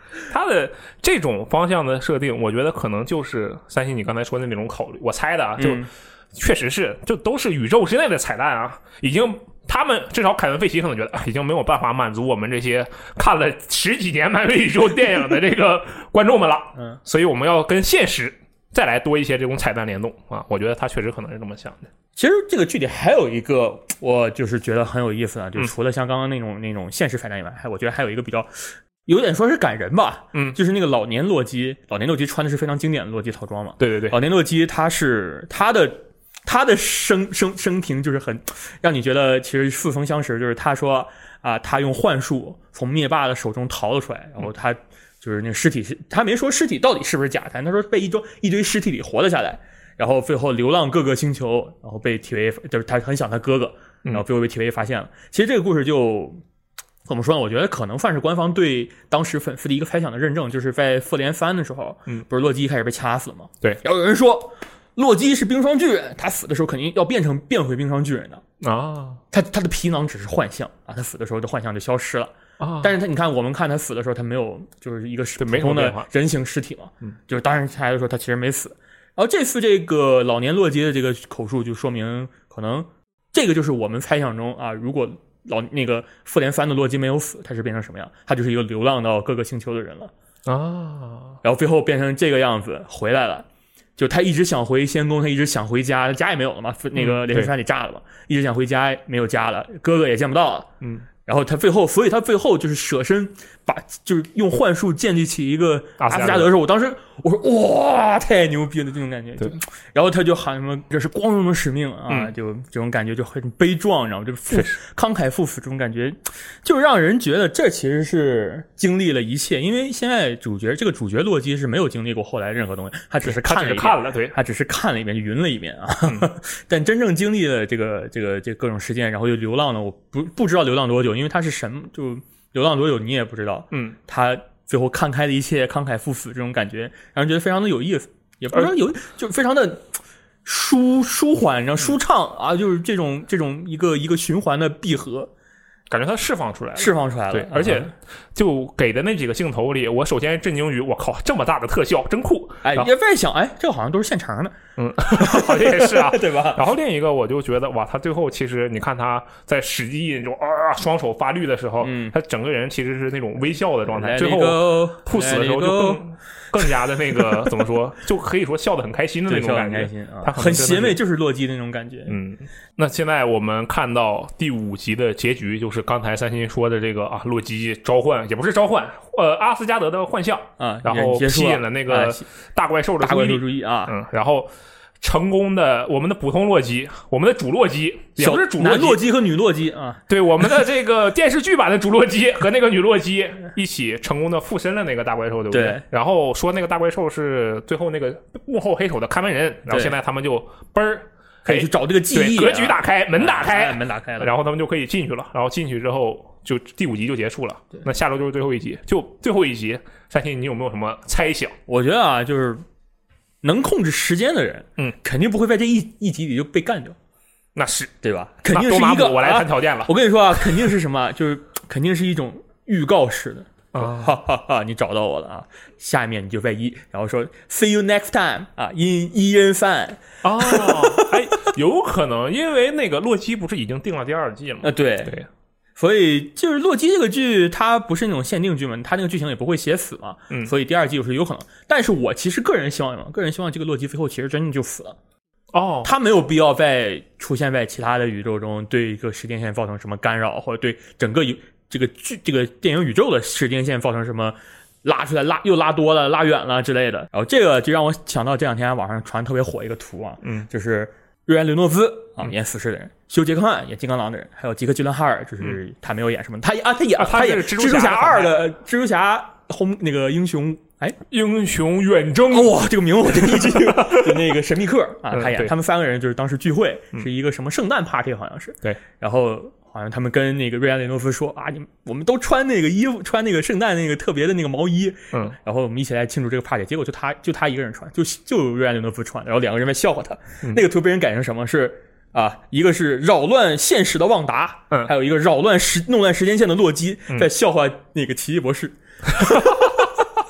的这种方向的设定，我觉得可能就是三星你刚才说的那种考虑，我猜的啊，就、嗯、确实是，就都是宇宙之内的彩蛋啊，已经他们至少凯文·费奇可能觉得、啊、已经没有办法满足我们这些看了十几年漫威宇宙电影的这个观众们了，嗯，所以我们要跟现实再来多一些这种彩蛋联动啊，我觉得他确实可能是这么想的。 其实这个剧里还有一个我就是觉得很有意思的，就是除了像刚刚那种、嗯、那种现实彩蛋以外，还我觉得还有一个比较有点说是感人吧， 嗯， 就是那个老年洛基，老年洛基穿的是非常经典的洛基套装嘛， 对对对， 老年洛基他是他的他的生生生平就是很让你觉得其实似曾相识，就是他说啊、呃，他用幻术从灭霸的手中逃了出来，然后他就是那个尸体是他没说尸体到底是不是假弹，他说被一堆一堆尸体里活了下来。然后最后流浪各个星球，然后被 T V A 就是他很想他哥哥，然后最后被 T V A 发现了。嗯、其实这个故事就怎么说呢？我觉得可能算是官方对当时粉丝的一个猜想的认证，就是在复联三的时候， 嗯， 不是洛基一开始被掐死了吗？ 对， 然后有人说洛基是冰霜巨人，他死的时候肯定要变成变回冰霜巨人的啊， 他他的皮囊只是幻象啊，他死的时候的幻象就消失了。 啊！ 但是他，你看，我们看他死的时候，他没有，就是一个普通的人形尸体嘛， 嗯， 就是当然来说他其实没死。然后这次这个老年洛基的这个口述就说明，可能这个就是我们猜想中啊，如果老那个复联三的洛基没有死，他是变成什么样？他就是一个流浪到各个星球的人了啊。 然后最后变成这个样子回来了，就他一直想回仙宫，他一直想回家，家也没有了嘛，那个连续山里炸了嘛，一直想回家没有家了，哥哥也见不到了， 嗯。 然后他最后，所以他最后就是舍身把，就是用幻术建立起一个阿斯加德的时候，我当时我说哇，太牛逼了这种感觉。 对， 然后他就喊什么这是光荣的使命啊， 嗯、 就这种感觉就很悲壮，然后就慷慨赴死这种感觉，就让人觉得这其实是经历了一切。因为现在主角这个主角洛基是没有经历过后来任何东西，他只是看了一遍， 看了，对， 他只是看了一遍就晕了一遍啊。 嗯、 但真正经历了这个这个这个各种事件，然后又流浪了，我不不知道流浪多久。因为他是神，就流浪多久你也不知道。 嗯， 他最后看开了一切，慷慨赴死这种感觉，让人觉得非常的有意思，也不是说有，就非常的舒舒缓，然后舒畅啊，就是这种这种一个一个循环的闭合。 感觉它释放出来了， 释放出来了。 对，而且就给的那几个镜头里，我首先震惊于，我靠，这么大的特效，真酷！ 哎，也在想，哎，这个好像都是现成的， 嗯，好像也是啊， 对吧？ 然后另一个，我就觉得，哇，他最后其实你看他在实际那种啊双手发绿的时候， 嗯， 他整个人其实是那种微笑的状态，最后吐死的时候就更更加的那个怎么说，就可以说笑得很开心的那种感觉， 开心啊， 他很邪魅，就是洛基的那种感觉。 嗯，那现在我们看到第五集的结局，就是刚才三星说的这个啊，洛基召唤也不是召唤，呃，阿斯加德的幻象啊， 然后吸引了那个大怪兽的大怪兽注意啊， 嗯，然后成功的我们的普通洛基，我们的主洛基，也不是主洛基， 男洛基和女洛基啊， 对，我们的这个电视剧版的主洛基和那个女洛基一起成功的附身了那个大怪兽，对不对？ 对。 然后说那个大怪兽是最后那个幕后黑手的看门人，然后现在他们就嘣儿可以去找这个记忆、啊， 格局打开，门打开， 哎、门打开了， 然后他们就可以进去了。然后进去之后，就第五集就结束了。那下周就是最后一集，就最后一集，三星，你有没有什么猜想？ 我觉得啊，就是能控制时间的人， 嗯， 肯定不会在这一一集里就被干掉。 那是对吧？肯定是一个我来谈条件了、 啊。我跟你说啊，肯定是什么？就是肯定是一种预告式的。 啊， 哈哈哈！你找到我了啊！下面你就在一，然后说 "See you next time" 啊，因一人饭哦，哎，有可能，因为那个洛基不是已经定了第二季了吗？ 啊，对对， 所以就是洛基这个剧，它不是那种限定剧嘛，它那个剧情也不会写死嘛， 嗯， 所以第二季就是有可能。但是我其实个人希望什么？个人希望这个洛基最后其实真的就死了。 哦， 他没有必要再出现在其他的宇宙中，对一个时间线造成什么干扰，或者对整个这个剧这个电影宇宙的时间线造成什么拉出来拉又拉多了拉远了之类的。然后这个就让我想到这两天网上传特别火一个图啊， 嗯， 就是瑞安·雷诺兹啊演死侍的人，休·杰克曼演金刚狼的人，还有吉克·吉伦哈尔，就是他没有演什么，他啊他演、啊、他演蜘蛛侠二的蜘蛛侠轰那个英雄。哎， 英雄远征哇、哦，这个名我真一直就那个神秘客啊，他演、 嗯、 他们三个人就是当时聚会，是一个什么圣诞 party 好像是， 对， 然后好像他们跟那个瑞安·雷诺夫说啊，你我们都穿那个衣服，穿那个圣诞那个特别的那个毛衣， 嗯， 然后我们一起来庆祝这个 party， 结果就他就他一个人穿，就就瑞安·雷诺夫穿，然后两个人在笑话他， 嗯、 那个图被人改成什么是啊，一个是扰乱现实的旺达， 嗯， 还有一个扰乱时弄乱时间线的洛基，在笑话那个奇异博士。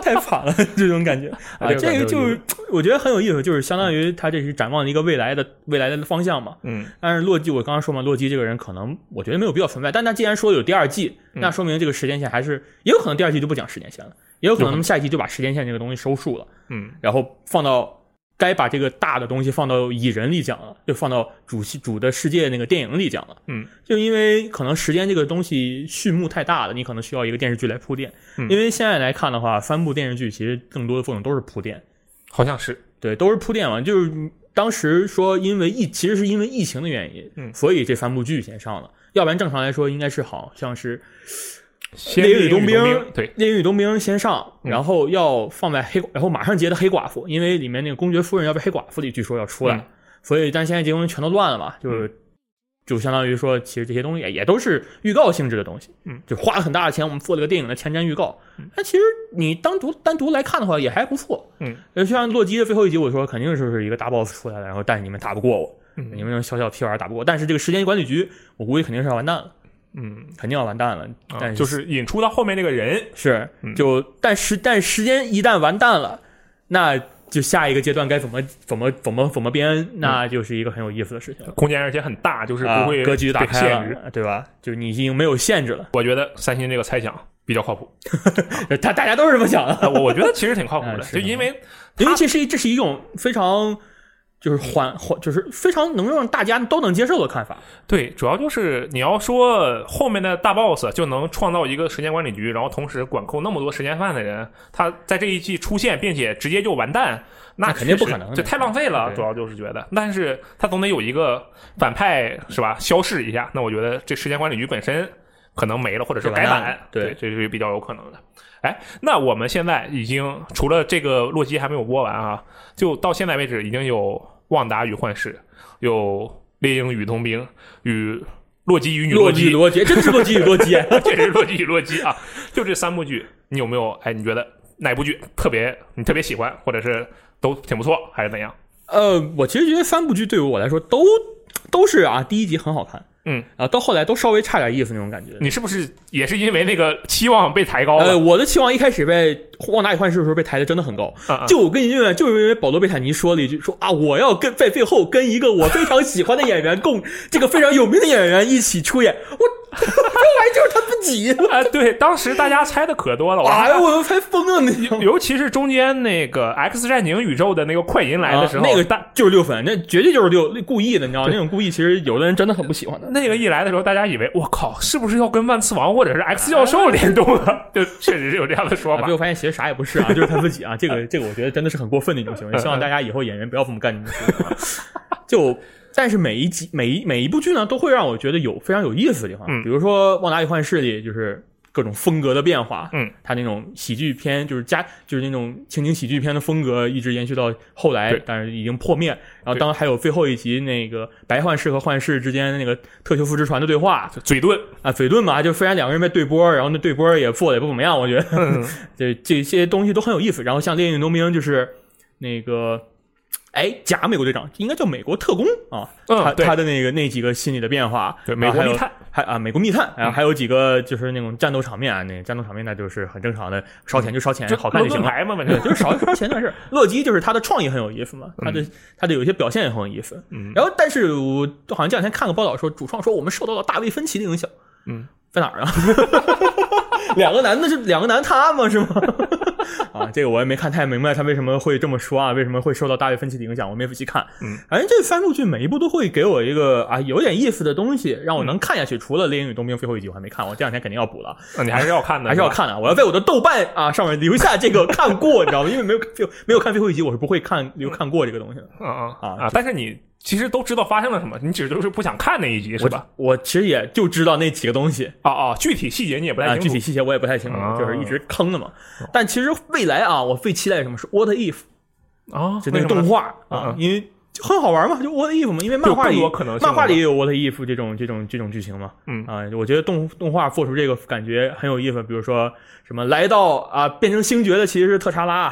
太惨了，这种感觉啊，这个就是我觉得很有意思，就是相当于他这是展望一个未来的未来的方向嘛。 嗯， 但是洛基，我刚刚说嘛，洛基这个人可能我觉得没有必要存在，但他既然说有第二季，那说明这个时间线还是也有可能第二季就不讲时间线了，也有可能下一季就把时间线这个东西收束了。 嗯， 然后放到。该把这个大的东西放到蚁人里讲了，就放到主主的世界那个电影里讲了。 嗯， 就因为可能时间这个东西序幕太大了，你可能需要一个电视剧来铺垫。 嗯， 因为现在来看的话，三部电视剧其实更多的作用都是铺垫， 好像是对，都是铺垫嘛。就是当时说因为疫，其实是因为疫情的原因， 嗯， 所以这三部剧先上了，要不然正常来说应该是好像是。 猎鹰与冬兵， 对， 猎鹰与冬兵先上，然后要放在黑，然后马上接的黑寡妇，因为里面那个公爵夫人要被黑寡妇里据说要出来，嗯、所以但现在这些东西全都乱了嘛，就是、嗯、就相当于说，其实这些东西也也都是预告性质的东西， 嗯， 就花了很大的钱，我们做了个电影的前瞻预告，但其实你单独单独来看的话也还不错， 嗯， 就像洛基的最后一集，我说肯定是一个大 boss 出来了，然后但是你们打不过我， 嗯， 你们用小小屁玩意儿打不过，但是这个时间管理局，我估计肯定是要完蛋了。 嗯， 肯定要完蛋了，但是、 啊、就是引出到后面这个人是，就、嗯、但时但时间一旦完蛋了，那就下一个阶段该怎么怎么怎么怎么编，那就是一个很有意思的事情了。 空间而且很大，就是不会、 啊、格局打开了，对吧？就你已经没有限制了。 我觉得三星这个猜想比较靠谱， 他大家都是这么想的。 我我觉得其实挺靠谱的，就因为因为这是这是一种非常。就是缓缓，就是非常能让大家都能接受的看法。 对，主要就是你要说后面的大 boss 就能创造一个时间管理局，然后同时管控那么多时间犯的人，他在这一季出现，并且直接就完蛋，那肯定不可能， 这太浪费了。主要就是觉得，但是他总得有一个反派是吧，消逝一下。那我觉得这时间管理局本身可能没了，或者是改版， 对， 这是比较有可能的。哎，那我们现在已经除了这个洛基还没有播完啊，就到现在为止已经有旺达与幻视，有猎鹰与冬兵，与洛基与女洛基， 洛基真是洛基与洛基， 这是洛基与洛基啊！就这三部剧，你有没有？哎，你觉得哪部剧特别你特别喜欢，或者是都挺不错，还是怎样？ 呃，我其实觉得三部剧对于我来说都都是啊，第一集很好看。 嗯， 啊，到后来都稍微差点意思那种感觉。 你是不是也是因为那个期望被抬高了？ 呃，我的期望一开始被《旺达与幻视》的时候被抬的真的很高。 啊啊就我跟你讲，就是因为保罗·贝坦尼说了一句，说啊，我要跟在最后跟一个我非常喜欢的演员共这个非常有名的演员一起出演。我这玩意就是他自己啊！对，当时大家猜的可多了， 哎呀，我都猜疯了你。 尤其是中间那个 X 战警宇宙的那个快银来的时候， 啊、那个大就是六分，那绝对就是六故意的，你知道吗？那种故意，其实有的人真的很不喜欢的。 那个一来的时候，大家以为我靠，是不是要跟万磁王或者是 X 教授联动啊？就确实是有这样的说法。 最后发现其实啥也不是啊，就是他自己啊。这个这个，我觉得真的是很过分的一种行为。希望大家以后演员不要这么干这种事情啊。就。但是每一集每一每一部剧呢，都会让我觉得有非常有意思的地方。 嗯， 比如说《旺达与幻视》里就是各种风格的变化。 嗯， 它那种喜剧片就是加就是那种情景喜剧片的风格一直延续到后来，但是已经破灭。然后当还有最后一集那个白幻视和幻视之间那个特修夫之船的对话， 嘴遁啊，嘴遁嘛，就虽然两个人在对波，然后那对波也做的也不怎么样，我觉得，嗯、这这些东西都很有意思。然后像《猎鹰与冬兵》就是那个。哎，假美国队长应该叫美国特工啊， 嗯、 他他的那个那几个心理的变化， 对，美国密探， 还啊美国密探，然后还有几个就是那种战斗场面啊，那个、战斗场面那就是很正常的，烧钱就烧钱， 嗯、 好看就行了， 牌嘛，反正就是烧烧钱的事。洛基就是他的创意很有意思嘛，他的、嗯、他的有些表现也很有意思， 嗯， 然后但是我好像这两天看个报道说，主创说我们受到了大卫芬奇的影响， 嗯， 在哪儿啊？两个男的是两个男他吗？是吗？啊，这个我也没看太明白他为什么会这么说啊，为什么会受到大卫芬奇的影响，我没仔细看。 嗯， 反正这三部剧每一部都会给我一个啊有点意思的东西，让我能看下去。嗯、除了《猎鹰与冬兵》最后一集我还没看，我这两天肯定要补了。 啊，你还是要看的， 还是要看的。我要在我的豆瓣啊上面留下这个看过，你知道吗？因为没有没有看最后一集，我是不会看留看过这个东西的。 啊啊啊啊！但是你。其实都知道发生了什么，你只就是不想看那一集是吧？ 我, 我其实也就知道那几个东西啊啊，具体细节你也不太清楚， 啊、具体细节我也不太清楚， 啊、 就是一直坑的嘛。但其实未来啊，我最期待什么是 What If 啊， 就那个动画啊，因为很好玩嘛，就 What If 嘛，因为漫画里漫画里也有 What If 这种这种这种剧情嘛。 嗯啊，我觉得动动画做出这个感觉很有意思，比如说什么来到啊变成星爵的其实是特查拉。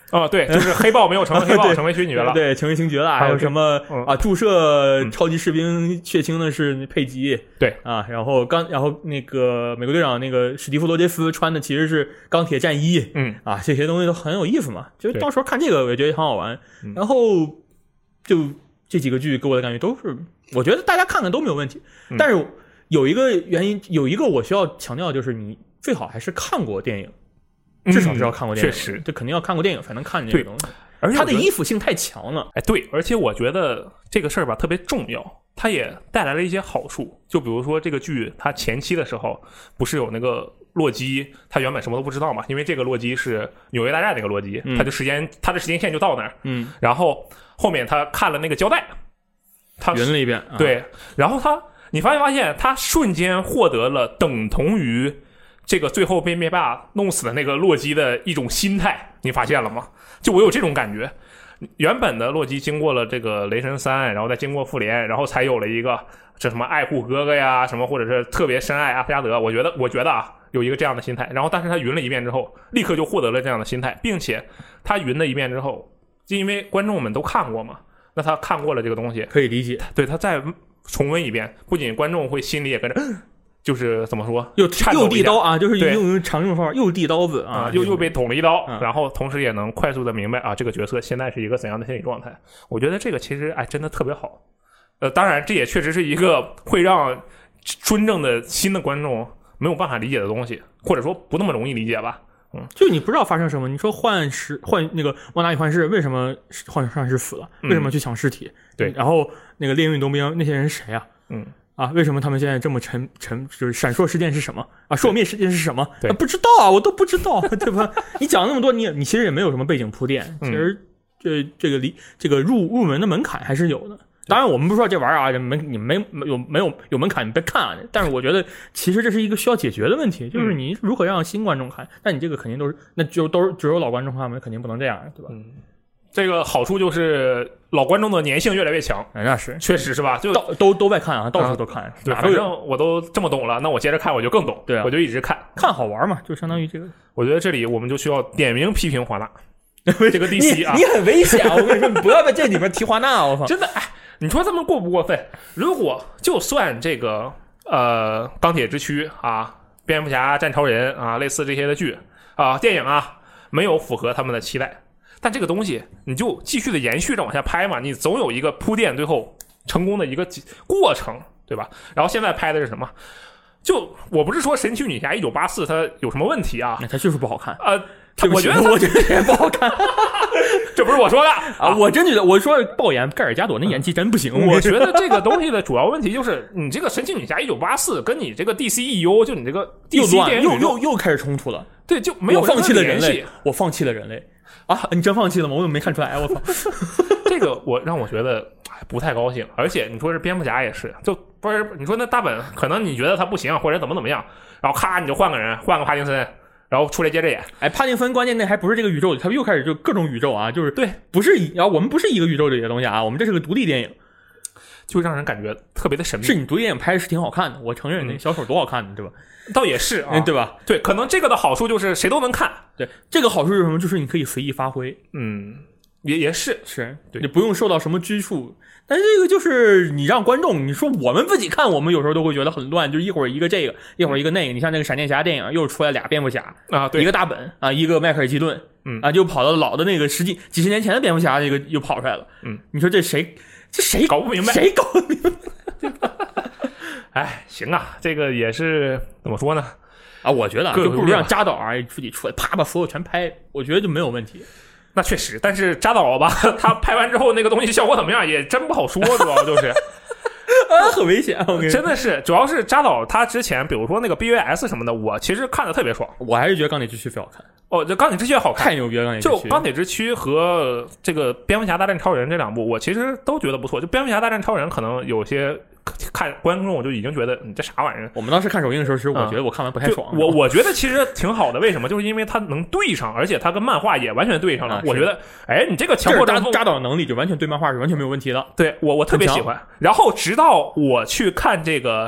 啊，对，就是黑豹没有成为黑豹，成为勋爵了， 对，成为星爵了。还有什么、 嗯、 啊？注射超级士兵血清的是佩吉， 对啊，然后刚然后那个美国队长那个史蒂夫罗杰斯穿的其实是钢铁战衣， 嗯啊，这些东西都很有意思嘛，就到时候看这个我也觉得很好玩。然后就这几个剧给我的感觉都是，我觉得大家看看都没有问题， 嗯、 但是有一个原因，有一个我需要强调，就是你最好还是看过电影。至少是要看过电影、嗯， 确实， 这肯定要看过电影才能看这个东西。 而且它的依附性太强了。 哎，对，而且我觉得这个事儿吧特别重要，它也带来了一些好处。就比如说这个剧，它前期的时候不是有那个洛基，他原本什么都不知道嘛，因为这个洛基是纽约大战那个洛基， 嗯、 他就时间他的时间线就到那儿， 嗯， 然后后面他看了那个胶带，他匀了一遍， 对， 啊、 然后他你发现发现他瞬间获得了等同于。这个最后被灭霸弄死的那个洛基的一种心态，你发现了吗？就我有这种感觉，原本的洛基经过了这个雷神三，然后再经过复联，然后才有了一个这什么爱护哥哥呀，什么或者是特别深爱阿斯加德。我觉得，我觉得啊，有一个这样的心态。然后，但是他云了一遍之后，立刻就获得了这样的心态，并且他云了一遍之后，就因为观众们都看过嘛，那他看过了这个东西， 可以理解。 对他再重温一遍，不仅观众会心里也跟着。就是怎么说， 又又递刀啊，就是用常用方法又递刀子啊， 又又被捅了一刀、 嗯， 然后同时也能快速的明白啊，这个角色现在是一个怎样的心理状态。我觉得这个其实哎真的特别好。呃，当然这也确实是一个会让真正的新的观众没有办法理解的东西，或者说不那么容易理解吧。嗯， 就你不知道发生什么。你说幻视幻那个旺达与幻视为什么幻幻视死了？为什么去抢尸体？ 嗯、对， 然后那个猎运冬兵那些人是谁啊？ 嗯。 啊，为什么他们现在这么沉沉？就是闪烁事件是什么啊？烁灭事件是什么？ 对、 啊，不知道啊，我都不知道，对吧？你讲那么多，你你其实也没有什么背景铺垫，其实这这个离这个入入门的门槛还是有的。当然，我们不是说这玩意儿啊，门你没有没有有门槛，你别看啊。但是我觉得，其实这是一个需要解决的问题，就是你如何让新观众看。但你这个肯定都是，那就都是只有老观众看，我们肯定不能这样，对吧？ 嗯。这个好处就是老观众的粘性越来越强， 哎、那是确实是吧？就到都都在看啊，到处都看，啊、 对，反正我都这么懂了，那我接着看我就更懂， 对、啊， 我就一直看， 看好玩嘛，就相当于这个。 我觉得这里我们就需要点名批评华纳这个 D C 啊， 你, 你很危险，我跟你说，你不要在这里面提华纳，我操， 真的，哎，你说他们过不过分？如果就算这个呃钢铁之躯啊、蝙蝠侠、战超人啊，类似这些的剧啊、电影啊，没有符合他们的期待。但这个东西你就继续的延续着往下拍嘛，你总有一个铺垫，最后成功的一个过程，对吧？然后现在拍的是什么？就我不是说神奇女侠一九八四它有什么问题啊？ 它就是不好看啊、 呃！ 我觉得我觉得也不好看， 这不是我说的啊！我真觉得我说爆演盖尔加朵那演技真不行。 嗯、我觉得这个东西的主要问题就是你这个神奇女侠一九八四跟你这个 D C E U 就你这个 D C 电影又又又开始冲突了。 对，就没有我放弃了人类，我放弃了人类。啊！你真放弃了吗？我怎么没看出来？我操！ 这个我让我觉得不太高兴。而且你说是蝙蝠侠也是，就不是你说那大本可能你觉得他不行，或者怎么怎么样，然后咔你就换个人，换个帕金森，然后出来接着演。 哎，帕金森关键那还不是这个宇宙里，他又开始就各种宇宙啊，就是对， 不是一啊，我们不是一个宇宙里的东西啊，我们这是个独立电影， 就让人感觉特别的神秘。 是你独立电影拍的是挺好看的，我承认那小丑多好看的，对吧？ 倒也是啊， 对吧？ 对，可能这个的好处就是谁都能看。 对，这个好处是什么？就是你可以随意发挥。 嗯，也也是是， 对， 你不用受到什么拘束。但是这个就是你让观众，你说我们自己看，我们有时候都会觉得很乱，就一会儿一个这个，一会儿一个那个。你像那个闪电侠电影又出来俩蝙蝠侠啊，对， 一个大本啊，一个迈克尔基顿， 嗯啊，就跑到老的那个十几几十年前的蝙蝠侠那个又跑出来了。 嗯， 你说这谁这谁搞不明白？ 谁搞不明白？ 哎，行啊，这个也是怎么说呢？ 啊，我觉得就不如让扎导啊自己出来，啪把所有全拍，我觉得就没有问题。 那确实，但是扎导吧，他拍完之后那个东西效果怎么样，也真不好说，主要就是。 啊，很危险！我跟你真的是，主要是扎导他之前，比如说那个 B V S 什么的，我其实看的特别爽。 我还是觉得钢铁之躯最好看。 哦，这钢铁之躯好看， 太牛逼了！钢铁之躯， 就钢铁之躯和这个蝙蝠侠大战超人这两部，我其实都觉得不错。就蝙蝠侠大战超人，可能有些看观众就已经觉得你这啥玩意儿。 我们当时看首映的时候，其实我觉得我看完不太爽。 嗯、我我觉得其实挺好的，为什么？就是因为它能对上，而且它跟漫画也完全对上了。 啊、 我觉得，哎，你这个强迫扎扎导的能力就完全对漫画是完全没有问题的。 对我我特别喜欢。然后直到我去看这个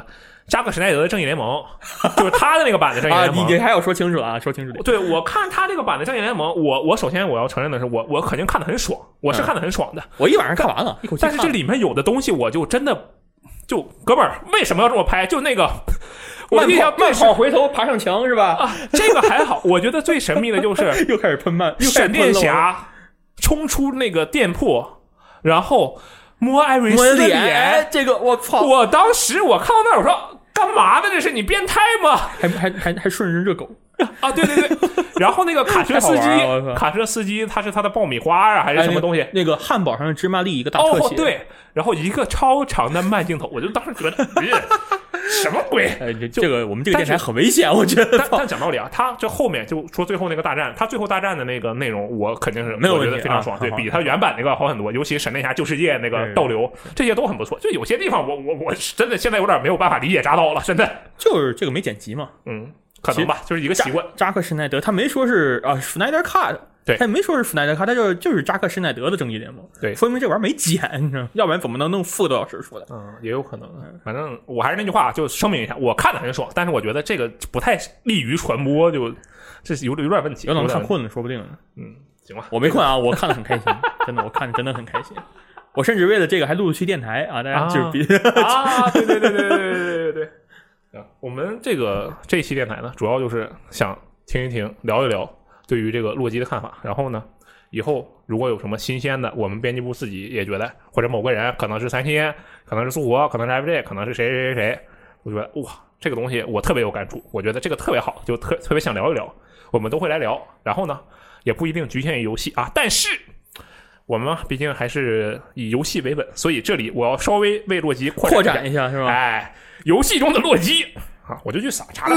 扎克施耐德的正义联盟，就是他的那个版的正义联盟。 啊，你你还要说清楚啊，说清楚点。 对，我看他这个版的正义联盟，我我首先我要承认的是，我我肯定看得很爽，我是看得很爽的。嗯、 我一晚上看完了，一口气看了。 但是这里面有的东西，我就真的就哥们儿为什么要这么拍？就那个。我印象慢跑回头爬上墙是吧？ 啊，这个还好。我觉得最神秘的就是又开始喷慢， 闪电侠冲出那个店铺，然后摸艾瑞斯的脸。 这个我操！ 我当时我看到那儿，我说干嘛呢？这是你变态吗？ 还还还还顺人热狗啊！对对对。然后那个卡车司机，卡车司机他是他的爆米花啊，还是什么东西？ 哎、那个汉堡上的芝麻粒一个大特写。 哦，对。然后一个超长的慢镜头，我就当时觉得，什么鬼？ 哎，这个我们这个电台很危险，我觉得。 但但讲道理啊，他这后面就说最后那个大战，他最后大战的那个内容，我肯定是没有问题， 我觉得非常爽， 啊、 对比他原版那个好很多。尤其闪电侠旧世界那个倒流，这些都很不错。就有些地方我我我真的现在有点没有办法理解扎导了，真的。 就是这个没剪辑嘛， 嗯，可能吧，就是一个习惯。 扎克施耐德他没说是啊施耐德 cut。 对， 他也没说是施耐德卡，他就就是扎克施耐德的正义联盟， 对， 说明这玩意儿没剪，你知道，要不然怎么能弄四个多小时出来？ 嗯，也有可能。反正我还是那句话，就声明一下，我看的很爽，但是我觉得这个不太利于传播，就这是有有点问题。 有可能看困了，说不定。 嗯，行吧， 我没困啊，我看得很开心，真的，我看的真的很开心。我甚至为了这个还录了期电台啊，大家就是比啊，对对对对对对对对。啊，我们这个这一期电台呢，主要就是想听一听，聊一聊对于这个洛基的看法，然后呢。以后如果有什么新鲜的，我们编辑部自己也觉得，或者某个人可能是三星，可能是苏活，可能是 F J， 可能是谁谁谁谁，我觉得哇，这个东西我特别有感触，我觉得这个特别好，就特特别想聊一聊，我们都会来聊。然后呢，也不一定局限于游戏啊，但是我们毕竟还是以游戏为本，所以这里我要稍微为洛基扩展一下，是吧？ 哎，游戏中的洛基啊，我就去撒查了。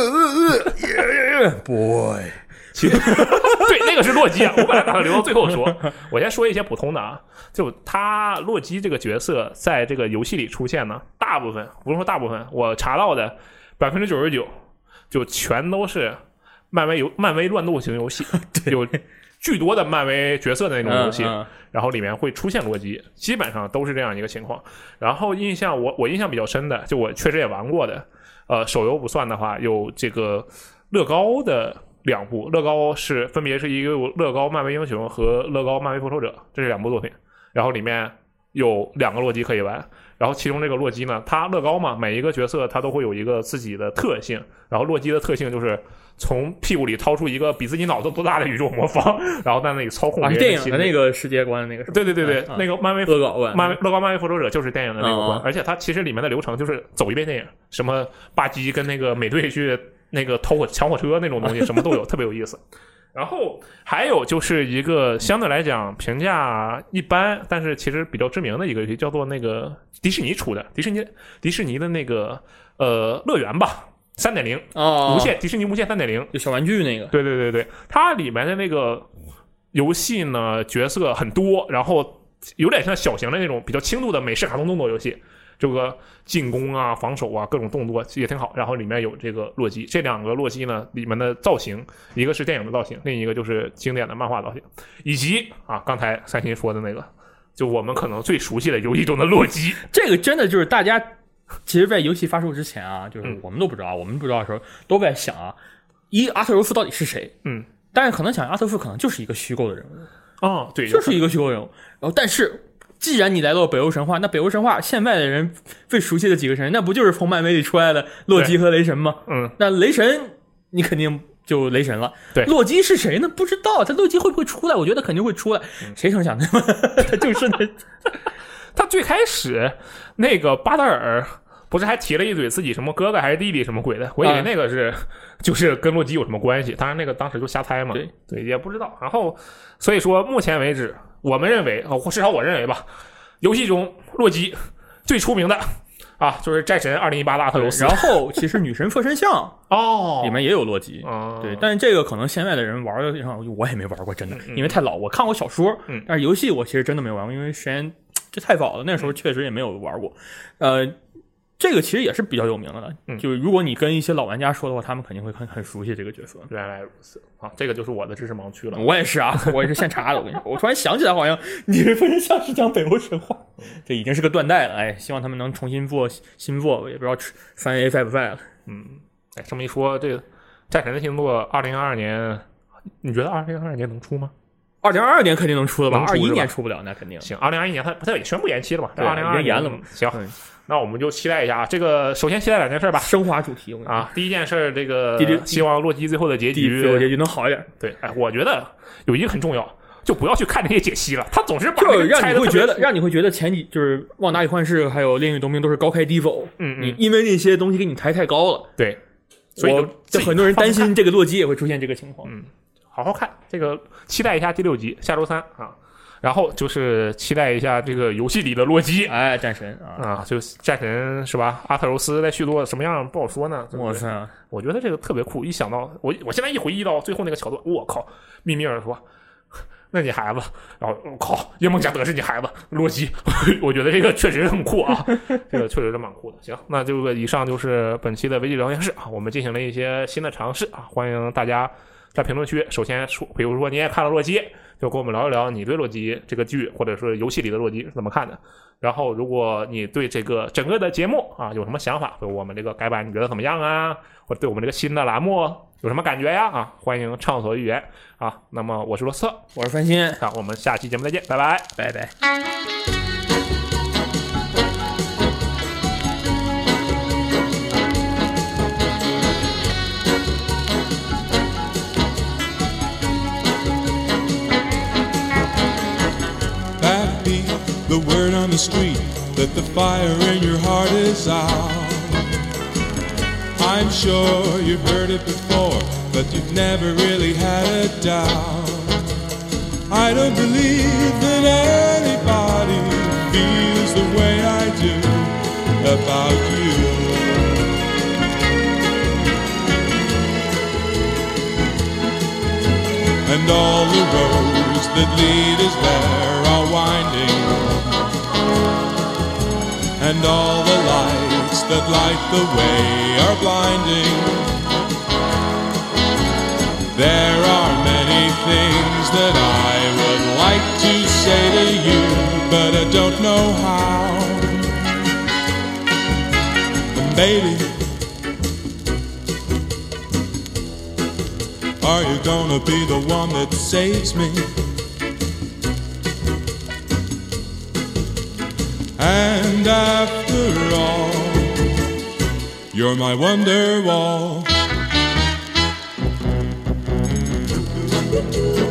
boy。 其实对，那个是洛基啊，我本来打算留到最后说。我先说一些普通的啊，就他洛基这个角色在这个游戏里出现呢，大部分不是说大部分，我查到的百分之九十九就全都是漫威游漫威乱斗型游戏，有巨多的漫威角色的那种游戏， 嗯嗯、 然后里面会出现洛基，基本上都是这样一个情况。然后印象我我印象比较深的，就我确实也玩过的，呃，手游不算的话，有这个乐高的。两部乐高是分别是一个乐高漫威英雄和乐高漫威复仇者，这是两部作品，然后里面有两个洛基可以玩，然后其中这个洛基呢，它乐高嘛，每一个角色它都会有一个自己的特性，然后洛基的特性就是从屁股里掏出一个比自己脑子多大的宇宙魔方，然后在那里操控别人的。 啊，电影的那个世界观那个是吧？ 对对对对， 啊、 那个漫威乐高漫威乐高漫威复仇者就是电影的那个关， 啊、 而且它其实里面的流程就是走一遍电影，什么霸基跟那个美队去。那个偷火抢火车那种东西什么都有，特别有意思。然后还有就是一个相对来讲评价一般，但是其实比较知名的一个游戏，叫做那个迪士尼出的迪士尼迪士尼的那个呃乐园吧，三点零哦， 无限迪士尼无限三点零， 就小玩具那个。 对对对对，它里面的那个游戏呢角色很多，然后有点像小型的那种比较轻度的美式卡通动作游戏。这个进攻啊、防守啊，各种动作也挺好。然后里面有这个洛基，这两个洛基呢，里面的造型，一个是电影的造型，另一个就是经典的漫画造型，以及啊，刚才三星说的那个，就我们可能最熟悉的游戏中的洛基。 这个真的就是大家，其实，在游戏发售之前啊，就是我们都不知道，嗯、我们不知道的时候都在想啊，一阿特柔斯到底是谁？ 嗯， 但是可能想阿特夫可能就是一个虚构的人物。 哦，对， 就是一个虚构人物。然后，但是。既然你来到北欧神话，那北欧神话现在的人最熟悉的几个神，那不就是从漫威里出来的洛基和雷神吗？ 嗯， 那雷神你肯定就雷神了。 对， 洛基是谁呢？不知道，他洛基会不会出来？我觉得肯定会出来。嗯、谁成想他他就是那， 他最开始那个巴达尔不是还提了一嘴自己什么哥哥还是弟弟什么鬼的？我以为那个是、啊、就是跟洛基有什么关系？当然那个当时就瞎猜嘛。 对对，也不知道。然后所以说目前为止。我们认为，哦，至少我认为吧，游戏中洛基最出名的啊，就是战神二零一八的阿特柔斯。 然后其实女神附身像哦， 里面也有洛基， 哦、 对，但是这个可能现在的人玩的，我也没玩过，真的， 嗯、 因为太老。我看过小说， 嗯， 但是游戏我其实真的没玩过，因为时间这太早了，那时候确实也没有玩过。呃， 这个其实也是比较有名的了， 嗯就是如果你跟一些老玩家说的话，他们肯定会很很熟悉这个角色。 原来如此啊，这个就是我的知识盲区了。 我也是啊，我也是现查的。我跟你说，我突然想起来，好像你这分像是讲北欧神话，这已经是个断代了。哎，希望他们能重新做新做，也不知道翻 A 翻不翻了。 嗯，哎，这么一说，这个战神的新作二零二二年，你觉得二零二二年能出吗？ 二零二二年肯定能出了吧？二一能出是吧年出不了，那肯定。 行，二零二一年它它也宣布延期了嘛？ 对二零二已经延了嘛行， 嗯那我们就期待一下啊。这个首先期待两件事吧。 升华主题我跟你说啊，第一件事，这个第一希望洛基最后的结局， 最后结局能好一点。 对，哎，我觉得有一个很重要，就不要去看那些解析了，他总是把就那个让你会拆得特别觉得，让你会觉得前几就是《旺达与幻视》还有《恋与冬兵》都是高开低走， 嗯嗯你因为那些东西给你抬太高了， 对，所以我就很多人担心这个洛基也会出现这个情况。 嗯，好好看这个，期待一下第六集，下周三啊。然后就是期待一下这个游戏里的洛基， 哎，战神啊， 啊，就战神是吧？阿特柔斯在续作什么样不好说呢？ 我操！ 我觉得这个特别酷，一想到我，我现在一回忆到最后那个桥段，我靠！密米尔说：“那你孩子。”然后我靠，叶梦加德是你孩子，洛基。我觉得这个确实很酷啊，这个确实是蛮酷的。行，那这个以上就是本期的危机聊天室啊，我们进行了一些新的尝试啊，欢迎大家在评论区首先说，比如说你也看了洛基。就跟我们聊一聊你对洛基这个剧或者是游戏里的洛基是怎么看的，然后如果你对这个整个的节目啊有什么想法，比如我们这个改版你觉得怎么样啊，或者对我们这个新的栏目有什么感觉呀啊，欢迎畅所欲言啊。那么我是罗斯特， 我是范鑫， 好，我们下期节目再见，拜拜， 拜拜。 The word on the street that the fire in your heart is out. I'm sure you've heard it before, but you've never really had a doubt. I don't believe that anybody feels the way I do about you. And all the roads that lead us there are winding, and all the lights that light the way are blinding. There are many things that I would like to say to you, but I don't know how. And baby, are you gonna be the one that saves me? And after all, you're my wonder wall.